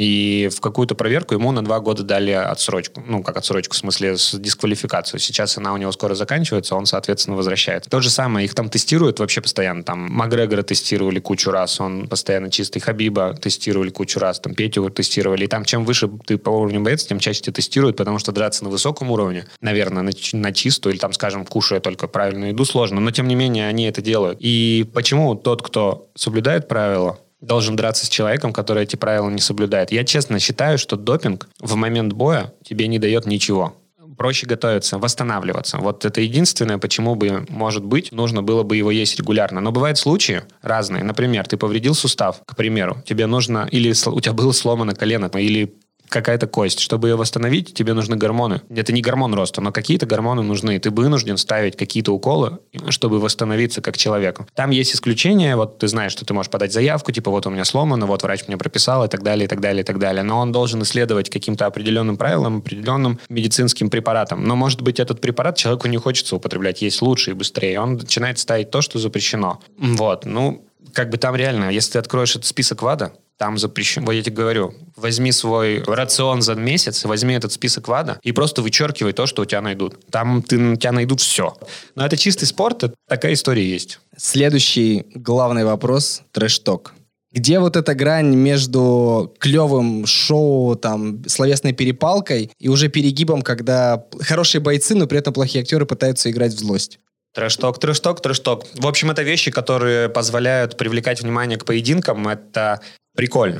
И в какую-то проверку ему на 2 года дали отсрочку. Ну, как отсрочку, в смысле, с дисквалификацией. Сейчас она у него скоро заканчивается, он, соответственно, возвращается. То же самое, их там тестируют вообще постоянно. Там Макгрегора тестировали кучу раз, он постоянно чистый. Хабиба тестировали кучу раз, там Петю тестировали. И там чем выше ты по уровню боец, тем чаще тебя тестируют, потому что драться на высоком уровне, наверное, на чистую, или там, скажем, кушая только правильную еду, сложно. Но, тем не менее, они это делают. И почему тот, кто соблюдает правила, должен драться с человеком, который эти правила не соблюдает? Я честно считаю, что допинг в момент боя тебе не дает ничего. Проще готовиться, восстанавливаться. Вот это единственное, почему бы, может быть, нужно было бы его есть регулярно. Но бывают случаи разные. Например, ты повредил сустав, к примеру. Тебе нужно, или у тебя было сломано колено, или какая-то кость. Чтобы ее восстановить, тебе нужны гормоны. Это не гормон роста, но какие-то гормоны нужны. Ты вынужден ставить какие-то уколы, чтобы восстановиться как человеку. Там есть исключения. Вот ты знаешь, что ты можешь подать заявку, типа вот у меня сломано, вот врач мне прописал и так далее, и так далее, и так далее. Но он должен исследовать каким-то определенным правилам, определенным медицинским препаратом. Но, может быть, этот препарат человеку не хочется употреблять, есть лучше и быстрее. Он начинает ставить то, что запрещено. Вот. Ну, как бы там реально, если ты откроешь этот список ВАДА, там запрещено. Вот я тебе говорю, возьми свой рацион за месяц, возьми этот список ВАДА и просто вычеркивай то, что у тебя найдут. Там тебя найдут все. Но это чистый спорт, такая история есть. Следующий главный вопрос – трэш-ток. Где вот эта грань между клевым шоу, там, словесной перепалкой и уже перегибом, когда хорошие бойцы, но при этом плохие актеры пытаются играть в злость? Трэш-ток. В общем, это вещи, которые позволяют привлекать внимание к поединкам. Это прикольно.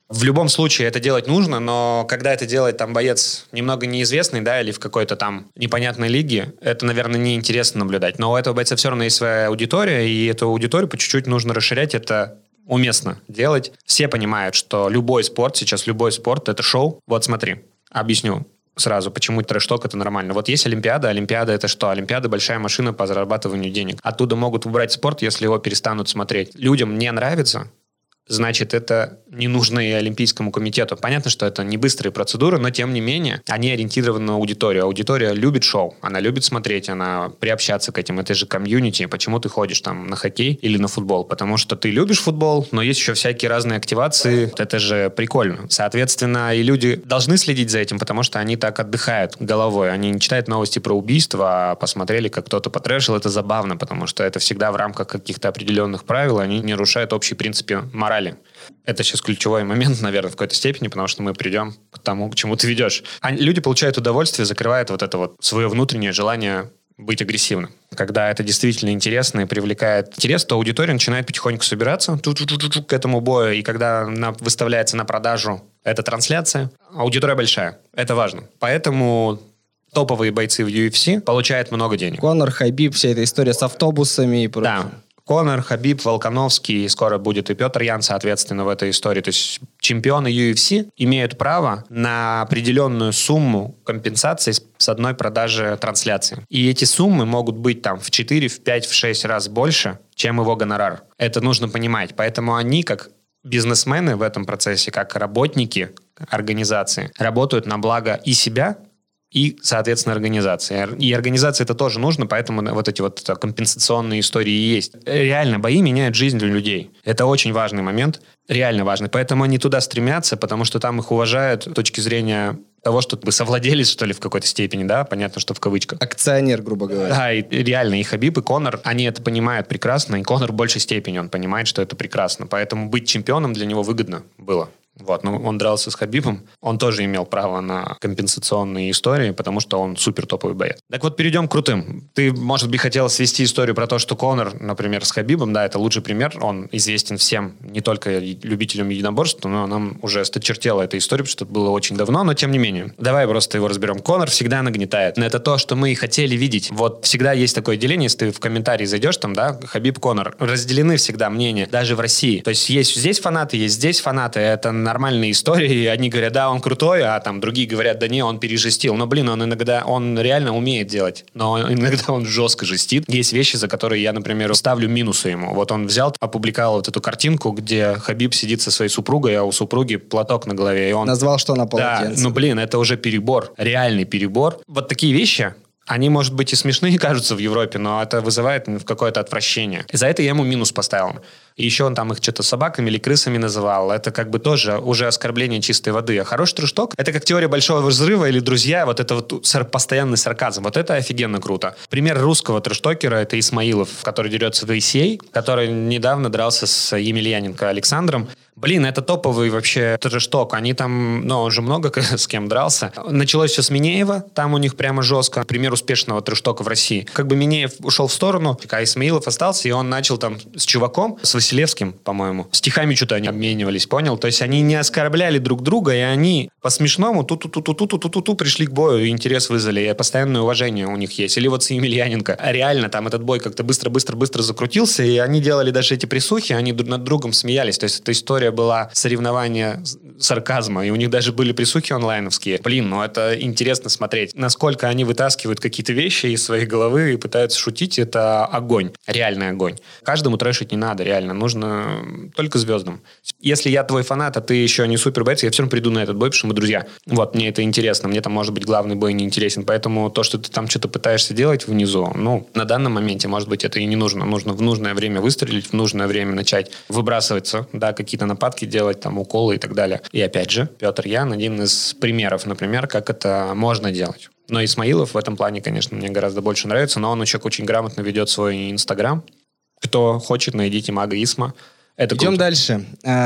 В любом случае это делать нужно, но когда это делает там боец немного неизвестный, да, или в какой-то там непонятной лиге, это, наверное, неинтересно наблюдать. Но у этого бойца все равно есть своя аудитория, и эту аудиторию по чуть-чуть нужно расширять, это уместно делать. Все понимают, что любой спорт, сейчас любой спорт — это шоу. Вот смотри, объясню сразу, почему трэш-ток — это нормально. Вот есть Олимпиада. Олимпиада — это что? Олимпиада — большая машина по зарабатыванию денег. Оттуда могут убрать спорт, если его перестанут смотреть. Людям не нравится, значит, это не нужно и Олимпийскому комитету. Понятно, что это не быстрые процедуры, но, тем не менее, они ориентированы на аудиторию. Аудитория любит шоу, она любит смотреть, она приобщаться к этим. Это же комьюнити. Почему ты ходишь там на хоккей или на футбол? Потому что ты любишь футбол, но есть еще всякие разные активации. Это же прикольно. Соответственно, и люди должны следить за этим, потому что они так отдыхают головой. Они не читают новости про убийства, а посмотрели, как кто-то потрэшил. Это забавно, потому что это всегда в рамках каких-то определенных правил. Они не нарушают общие принципы морали. Это сейчас ключевой момент, наверное, в какой-то степени, потому что мы придем к тому, к чему ты ведешь. Люди получают удовольствие, закрывают вот это вот свое внутреннее желание быть агрессивным. Когда это действительно интересно и привлекает интерес, то аудитория начинает потихоньку собираться к этому бою. И когда выставляется на продажу эта трансляция, аудитория большая. Это важно. Поэтому топовые бойцы в UFC получают много денег. Конор, Хабиб, вся эта история с автобусами и прочее. Да. Конор, Хабиб, Волконовский, скоро будет и Петр Ян, соответственно, в этой истории. То есть чемпионы UFC имеют право на определенную сумму компенсации с одной продажи трансляции. И эти суммы могут быть там в 4, в 5, в 6 раз больше, чем его гонорар. Это нужно понимать. Поэтому они, как бизнесмены в этом процессе, как работники организации, работают на благо и себя, и, соответственно, организации. И организации это тоже нужно, поэтому вот эти вот компенсационные истории и есть. Реально, бои меняют жизнь для людей. Это очень важный момент, реально важный. Поэтому они туда стремятся, потому что там их уважают с точки зрения того, что вы совладелец, что ли, в какой-то степени, да, понятно, что в кавычках. Акционер, грубо говоря. Да, и реально, и Хабиб, и Конор, они это понимают прекрасно, и Конор в большей степени, он понимает, что это прекрасно. Поэтому быть чемпионом для него выгодно было. Вот, но он дрался с Хабибом, он тоже имел право на компенсационные истории, потому что он супер топовый боец. Так вот, перейдем к крутым. Ты, может быть, хотел свести историю про то, что Конор, например, с Хабибом, да, это лучший пример, он известен всем, не только любителям единоборств, но нам уже осточертела эта история, потому что это было очень давно, но тем не менее. Давай просто его разберем. Конор всегда нагнетает. Это то, что мы и хотели видеть. Вот всегда есть такое деление, если ты в комментарии зайдешь, там, да, Хабиб, Конор, разделены всегда мнения, даже в России. То есть есть здесь фанаты, есть здесь фанаты, это нормальные истории, одни говорят, да, он крутой, а там другие говорят, да не, он пережестил. Но, блин, он реально умеет делать, но иногда он жестко жестит. Есть вещи, за которые я, например, ставлю минусы ему. Вот он взял, опубликовал вот эту картинку, где Хабиб сидит со своей супругой, а у супруги платок на голове. И он назвал, что на полотенце. Да, ну, блин, это уже перебор, реальный перебор. Вот такие вещи, они, может быть, и смешные кажутся в Европе, но это вызывает какое-то отвращение. И за это я ему минус поставил. И еще он там их что-то собаками или крысами называл. Это как бы тоже уже оскорбление чистой воды. А хороший трэш-ток — это как теория большого взрыва или друзья. Вот это вот постоянный сарказм. Вот это офигенно круто. Пример русского трэш-токера — это Исмаилов, который дерется в ACA, который недавно дрался с Емельяненко Александром. Блин, это топовый вообще трэш-ток. Они там, ну, он же много с кем дрался. Началось все с Минеева, там у них прямо жестко. Пример успешного трэш-тока в России. Как бы Минеев ушел в сторону, а Исмаилов остался, и он начал там с чуваком, с Василевским, по-моему. Стихами что-то они обменивались, понял? То есть они не оскорбляли друг друга, и они по-смешному ту-ту-ту-ту-ту-ту-ту пришли к бою, и интерес вызвали, и постоянное уважение у них есть. Или вот с Емельяненко. А реально там этот бой как-то быстро-быстро-быстро закрутился, и они делали даже эти присухи, они над другом смеялись. То есть эта история была соревнование сарказма, и у них даже были присухи онлайновские. Блин, ну это интересно смотреть. Насколько они вытаскивают какие-то вещи из своей головы и пытаются шутить, это огонь. Реальный огонь. Каждому трэшить не надо, реально. Нужно только звездам. Если я твой фанат, а ты еще не супер боец, я все равно приду на этот бой, потому что мы друзья. Вот, мне это интересно. Мне там, может быть, главный бой не интересен. Поэтому то, что ты там что-то пытаешься делать внизу, ну, на данном моменте, может быть, это и не нужно. Нужно в нужное время выстрелить, в нужное время начать выбрасываться, да, какие-то нападки делать, там, уколы и так далее. И опять же, Петр Ян один из примеров, например, как это можно делать. Но Исмаилов в этом плане, конечно, мне гораздо больше нравится, но он еще очень грамотно ведет свой Инстаграм. Кто хочет, найдите Мага Исма. Это Идем круто. дальше.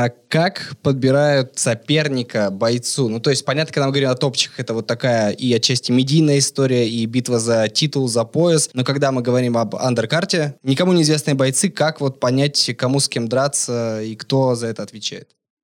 Как подбирают соперника бойцу? Ну, то есть, понятно, когда мы говорим о топчиках, это вот такая и отчасти медийная история, и битва за титул, за пояс. Но когда мы говорим об андеркарте, никому неизвестные бойцы, как вот понять, кому с кем драться и кто за это отвечает?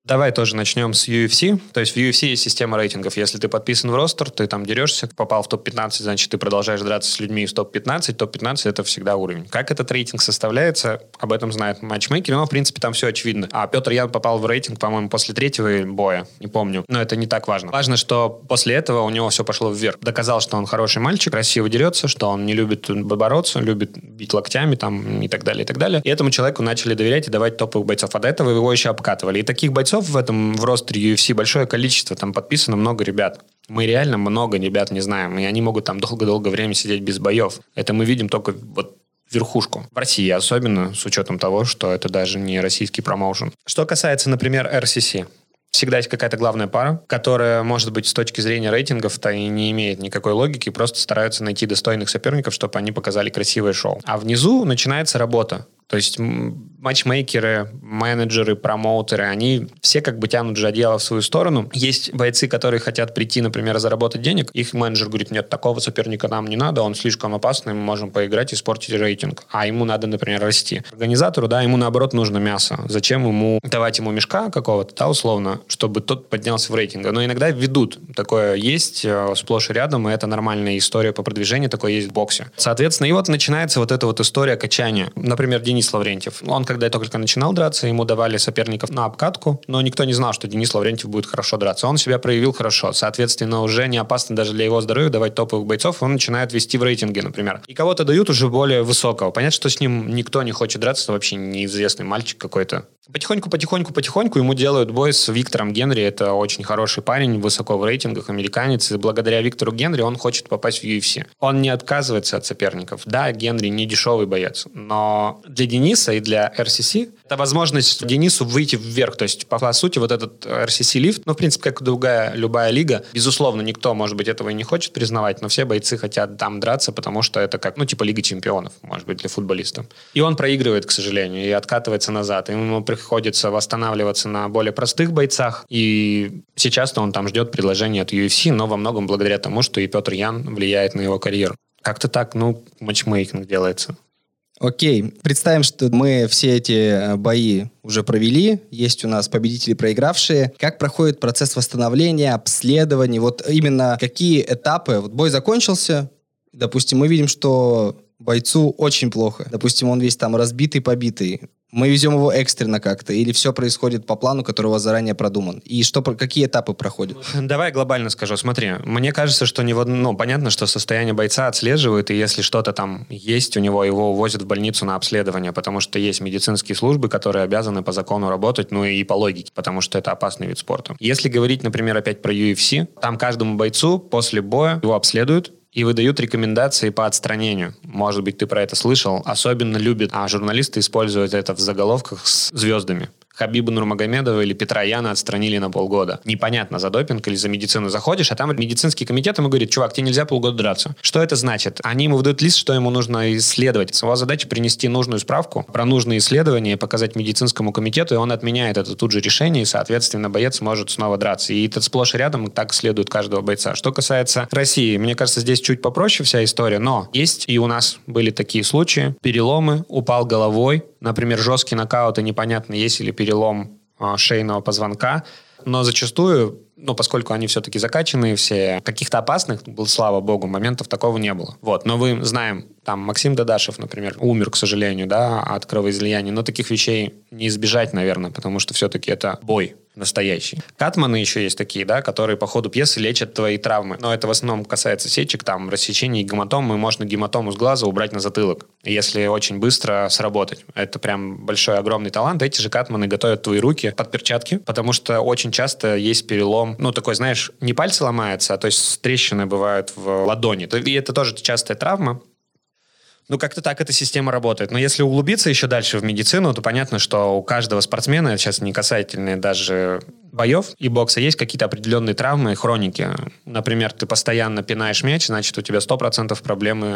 Давай тоже начнем с UFC. То есть в UFC есть система рейтингов. Если ты подписан в ростер, ты там дерешься, попал в топ-15, значит, ты продолжаешь драться с людьми из топ-15. Топ-15 — это всегда уровень. Как этот рейтинг составляется, об этом знает матчмейкер, но, в принципе, там все очевидно. А Петр Ян попал в рейтинг, по-моему, после 3-го боя, не помню. Но это не так важно. Важно, что после этого у него все пошло вверх. Доказал, что он хороший мальчик, красиво дерется, что он не любит бороться, любит бить локтями там, и так далее, и так далее. И этому человеку начали доверять и давать топовых бойцов. А до этого его еще обкатывали. И таких бойцов в ростере UFC большое количество, там подписано много ребят. Мы реально много ребят не знаем, и они могут там долго-долго время сидеть без боев. Это мы видим только вот верхушку. В России особенно, с учетом того, что это даже не российский промоушен. Что касается, например, RCC. Всегда есть какая-то главная пара, которая, может быть, с точки зрения рейтингов-то и не имеет никакой логики, просто стараются найти достойных соперников, чтобы они показали красивое шоу. А внизу начинается работа. То есть матчмейкеры, менеджеры, промоутеры, они все как бы тянут же одеяло в свою сторону. Есть бойцы, которые хотят прийти, например, заработать денег. Их менеджер говорит: нет, такого соперника нам не надо, он слишком опасный, мы можем поиграть и испортить рейтинг. А ему надо, например, расти. Организатору, да, ему наоборот нужно мясо. Зачем ему давать ему мешка какого-то, да, условно, чтобы тот поднялся в рейтинге. Но иногда ведут. Такое есть сплошь и рядом, и это нормальная история по продвижению, такое есть в боксе. Соответственно, и вот начинается вот эта вот история качания. Например, Денис Лаврентьев. Он, когда только начинал драться, ему давали соперников на обкатку, но никто не знал, что Денис Лаврентьев будет хорошо драться. Он себя проявил хорошо. Соответственно, уже не опасно даже для его здоровья давать топовых бойцов, он начинает вести в рейтинге, например. И кого-то дают уже более высокого. Понятно, что с ним никто не хочет драться, вообще неизвестный мальчик какой-то. Потихоньку ему делают бой с Виктором Генри. Это очень хороший парень, высоко в рейтингах, американец. И благодаря Виктору Генри он хочет попасть в UFC. Он не отказывается от соперников. Да, Генри не дешевый боец, но для Дениса и для RCC это возможность Денису выйти вверх. То есть, по сути, вот этот RCC-лифт, в принципе, как и любая лига, безусловно, никто, может быть, этого и не хочет признавать, но все бойцы хотят там драться, потому что это как, Лига чемпионов, может быть, для футболиста. И он проигрывает, к сожалению, и откатывается назад. И ему приходится восстанавливаться на более простых бойцах. И сейчас-то он там ждет предложения от UFC, но во многом благодаря тому, что и Петр Ян влияет на его карьеру. Как-то так, матчмейкинг делается. Окей. Представим, что мы все эти бои уже провели. Есть у нас победители, проигравшие. Как проходит процесс восстановления, обследования? Вот именно какие этапы? Вот бой закончился. Допустим, мы видим, что бойцу очень плохо. Допустим, он весь там разбитый, побитый. Мы везем его экстренно как-то, или все происходит по плану, который у вас заранее продуман? И какие этапы проходят? Давай глобально скажу. Смотри, мне кажется, что понятно, что состояние бойца отслеживают, и если что-то там есть у него, его увозят в больницу на обследование, потому что есть медицинские службы, которые обязаны по закону работать, и по логике, потому что это опасный вид спорта. Если говорить, например, опять про UFC, там каждому бойцу после боя его обследуют, и выдают рекомендации по отстранению. Может быть, ты про это слышал. Особенно любят журналисты использовать это в заголовках с звездами. Хабиба Нурмагомедова или Петра Яна отстранили на полгода. Непонятно, за допинг или за медицину заходишь, а там медицинский комитет ему говорит: чувак, тебе нельзя полгода драться. Что это значит? Они ему выдают лист, что ему нужно исследовать. Его задача принести нужную справку про нужные исследования, показать медицинскому комитету, и он отменяет это тут же решение, и, соответственно, боец может снова драться. И это сплошь и рядом так исследуют каждого бойца. Что касается России, мне кажется, здесь чуть попроще вся история, но есть и у нас были такие случаи. Переломы, упал головой, например, жесткий нокаут, и непонятно, есть ли перелом шейного позвонка, но зачастую, поскольку они все-таки закачанные все, каких-то опасных, слава богу, моментов такого не было. Но мы знаем, там Максим Дадашев, например, умер, к сожалению, от кровоизлияния, но таких вещей не избежать, наверное, потому что все-таки это бой настоящий. Катманы еще есть такие, которые по ходу пьесы лечат твои травмы. Но это в основном касается сечек, там, рассечений, гематомы. Можно гематому с глаза убрать на затылок, если очень быстро сработать. Это прям большой, огромный талант. Эти же катманы готовят твои руки под перчатки, потому что очень часто есть перелом, такой, знаешь, не пальцы ломаются, а то есть трещины бывают в ладони. И это тоже частая травма. Как-то так эта система работает. Но если углубиться еще дальше в медицину, то понятно, что у каждого спортсмена, это сейчас не касательно даже боев и бокса, есть какие-то определенные травмы и хроники. Например, ты постоянно пинаешь мяч, значит, у тебя 100% проблемы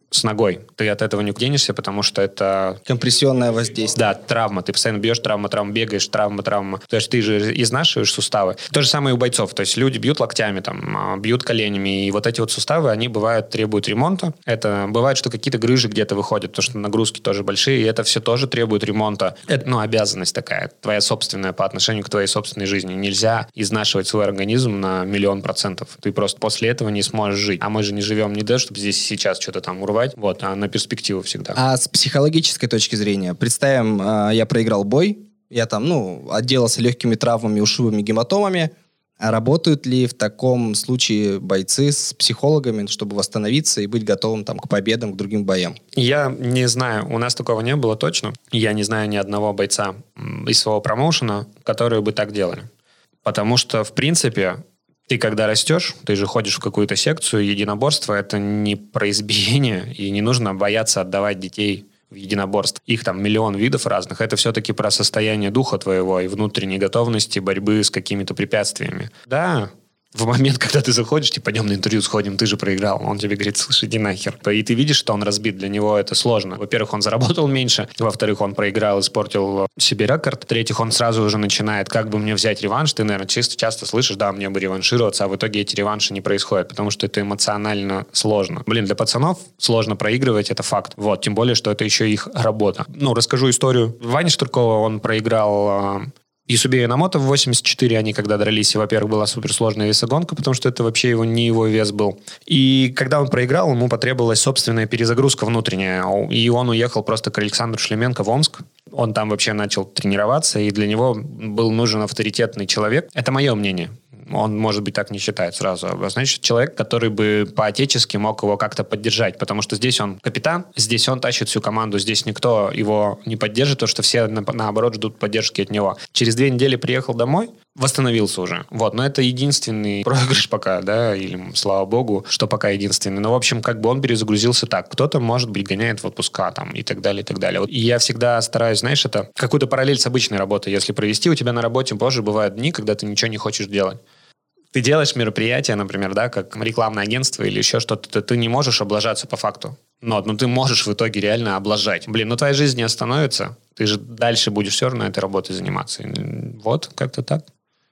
с ногой. Ты от этого не денешься, потому что это... Компрессионное воздействие. Да, травма. Ты постоянно бьешь, травма, бегаешь, травма. То есть ты же изнашиваешь суставы. То же самое и у бойцов. То есть люди бьют локтями, там, бьют коленями, и вот эти вот суставы, они бывают, требуют ремонта. Это бывает, что какие-то грыжи где-то выходят, потому что нагрузки тоже большие, и это все тоже требует ремонта. Это, обязанность такая, твоя собственная по отношению к твоей собственной жизни. Нельзя изнашивать свой организм на 1000000%. Ты просто после этого не сможешь жить. А мы же не живем не для того, чтобы здесь и сейчас что-то там урвать, а на перспективу всегда. А с психологической точки зрения, представим, я проиграл бой, я там, отделался легкими травмами, ушибами, гематомами. А работают ли в таком случае бойцы с психологами, чтобы восстановиться и быть готовым там, к победам, к другим боям? Я не знаю, у нас такого не было точно. Я не знаю ни одного бойца из своего промоушена, которые бы так делали. Потому что, в принципе, ты когда растешь, ты же ходишь в какую-то секцию, единоборство — это не про избиение, и не нужно бояться отдавать детей в единоборств. Их там миллион видов разных. Это все-таки про состояние духа твоего и внутренней готовности борьбы с какими-то препятствиями. Да, в момент, когда ты заходишь, пойдем на интервью сходим, ты же проиграл. Он тебе говорит, слушай, иди нахер. И ты видишь, что он разбит. Для него это сложно. Во-первых, он заработал меньше. Во-вторых, он проиграл, испортил себе рекорд. В-третьих, он сразу уже начинает, как бы мне взять реванш. Ты, наверное, часто слышишь, да, мне бы реваншироваться, а в итоге эти реванши не происходят, потому что это эмоционально сложно. Для пацанов сложно проигрывать, это факт. Тем более, что это еще их работа. Расскажу историю. Ваня Штыркова, он проиграл... Юсубею Инамото в 84, они когда дрались, и, во-первых, была суперсложная весогонка, потому что это вообще не его вес был. И когда он проиграл, ему потребовалась собственная перезагрузка внутренняя, и он уехал просто к Александру Шлеменко в Омск. Он там вообще начал тренироваться, и для него был нужен авторитетный человек. Это мое мнение. Он, может быть, так не считает сразу. Значит, человек, который бы по-отечески мог его как-то поддержать, потому что здесь он капитан, здесь он тащит всю команду, здесь никто его не поддержит, потому что все, наоборот, ждут поддержки от него. Через 2 недели приехал домой, восстановился уже. Но это единственный проигрыш пока, да, или, слава богу, что пока единственный. Но, в общем, как бы он перезагрузился так. Кто-то, может быть, гоняет в отпуска там и так далее, и так далее. И я всегда стараюсь, знаешь, это какую-то параллель с обычной работой, если провести, у тебя на работе позже бывают дни, когда ты ничего не хочешь делать. Ты делаешь мероприятие, например, да, как рекламное агентство или еще что-то, ты не можешь облажаться по факту. Но ты можешь в итоге реально облажать. Твоя жизнь не остановится. Ты же дальше будешь все равно этой работой заниматься. Как-то так.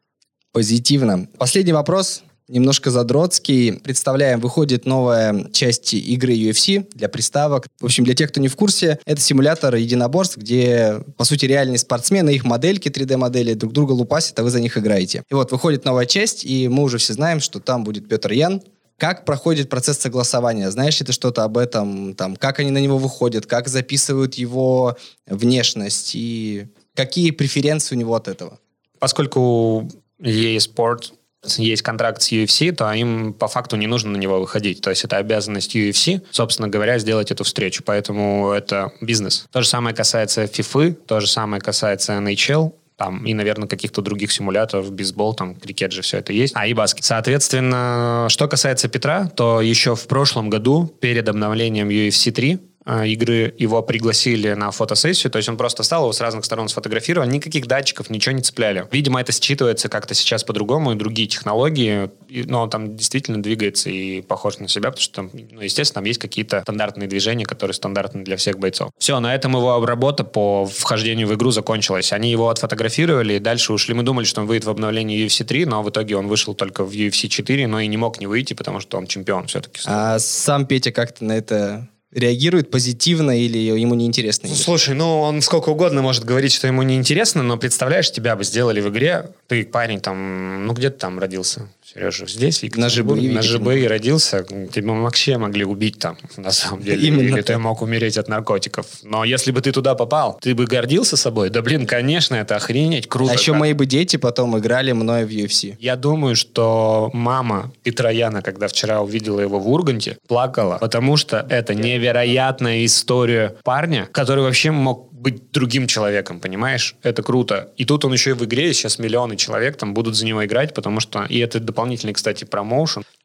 Позитивно. Последний вопрос. Немножко задротский. Представляем, выходит новая часть игры UFC для приставок. В общем, для тех, кто не в курсе, это симулятор единоборств, где, по сути, реальные спортсмены, их модельки, 3D-модели друг друга лупасят, а вы за них играете. И выходит новая часть, и мы уже все знаем, что там будет Петр Ян. Как проходит процесс согласования? Знаешь ли ты что-то об этом? Как они на него выходят? Как записывают его внешность? И какие преференции у него от этого? Поскольку EA Sport есть контракт с UFC, то им по факту не нужно на него выходить. То есть это обязанность UFC, собственно говоря, сделать эту встречу. Поэтому это бизнес. То же самое касается FIFA, то же самое касается NHL, и, наверное, каких-то других симуляторов, бейсбол, крикет же все это есть, и баскет. Соответственно, что касается Петра, то еще в прошлом году, перед обновлением UFC 3, игры его пригласили на фотосессию, то есть он просто встал, его с разных сторон сфотографировал, никаких датчиков, ничего не цепляли. Видимо, это считывается как-то сейчас по-другому, и другие технологии, но он там действительно двигается и похож на себя, потому что там, естественно, там есть какие-то стандартные движения, которые стандартны для всех бойцов. Все, на этом его работа по вхождению в игру закончилась. Они его отфотографировали, и дальше ушли. Мы думали, что он выйдет в обновлении UFC 3, но в итоге он вышел только в UFC 4, но и не мог не выйти, потому что он чемпион все-таки. А сам Петя как-то на это реагирует позитивно или ему неинтересно? Слушай, он сколько угодно может говорить, что ему неинтересно, но представляешь, тебя бы сделали в игре, ты парень где ты там родился? Сережа, здесь, в Екатеринбурге, на ЖБ родился, тебя вообще могли убить на самом деле. Или ты мог умереть от наркотиков. Но если бы ты туда попал, ты бы гордился собой? Да, конечно, это охренеть круто. А еще мои бы дети потом играли мной в UFC. Я думаю, что мама Петра Яна, когда вчера увидела его в Урганте, плакала, потому что это невероятная история парня, который вообще мог быть другим человеком, понимаешь? Это круто. И тут он еще и в игре, сейчас миллионы человек будут за него играть, потому что... И это дополнительный, кстати, промоушен.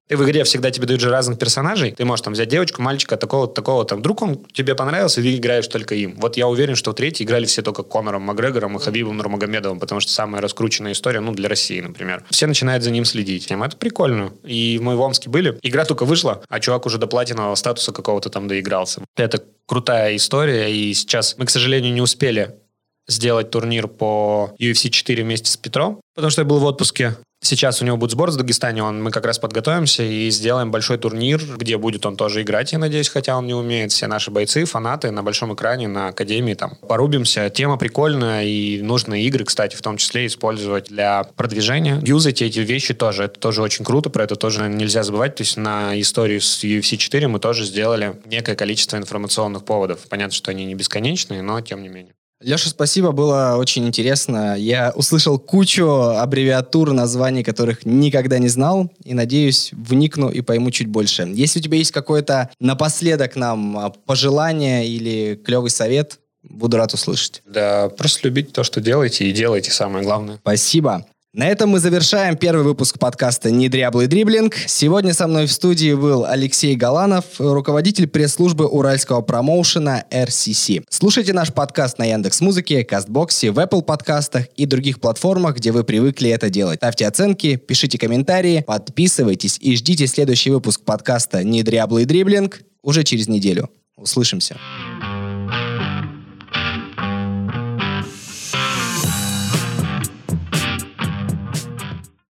Ты в игре всегда тебе дают же разных персонажей. Ты можешь там взять девочку, мальчика, такого-то, там. Вдруг он тебе понравился, и ты играешь только им. Вот я уверен, что в третьей играли все только Конором Макгрегором и Хабибом Нурмагомедовым, потому что самая раскрученная история, для России, например. Все начинают за ним следить. Это прикольно. И мы в Омске были. Игра только вышла, а чувак уже до платинового статуса какого-то там доигрался. Это крутая история, и сейчас мы, к сожалению, не успели сделать турнир по UFC 4 вместе с Петром, потому что я был в отпуске. Сейчас у него будет сбор в Дагестане, мы как раз подготовимся и сделаем большой турнир, где будет он тоже играть, я надеюсь, хотя он не умеет. Все наши бойцы, фанаты на большом экране, на академии там порубимся. Тема прикольная, и нужные игры, кстати, в том числе использовать для продвижения. Юзайте эти вещи тоже, это тоже очень круто, про это тоже нельзя забывать. То есть на историю с UFC 4 мы тоже сделали некое количество информационных поводов. Понятно, что они не бесконечные, но тем не менее. Леша, спасибо, было очень интересно. Я услышал кучу аббревиатур, названий, которых никогда не знал, и, надеюсь, вникну и пойму чуть больше. Если у тебя есть какое-то напоследок нам пожелание или клевый совет, буду рад услышать. Да, просто любите то, что делаете, и делайте самое главное. Спасибо. На этом мы завершаем первый выпуск подкаста «Недряблый дриблинг». Сегодня со мной в студии был Алексей Галанов, руководитель пресс-службы уральского промоушена RCC. Слушайте наш подкаст на Яндекс.Музыке, Кастбоксе, в Apple подкастах и других платформах, где вы привыкли это делать. Ставьте оценки, пишите комментарии, подписывайтесь и ждите следующий выпуск подкаста «Недряблый дриблинг» уже через неделю. Услышимся.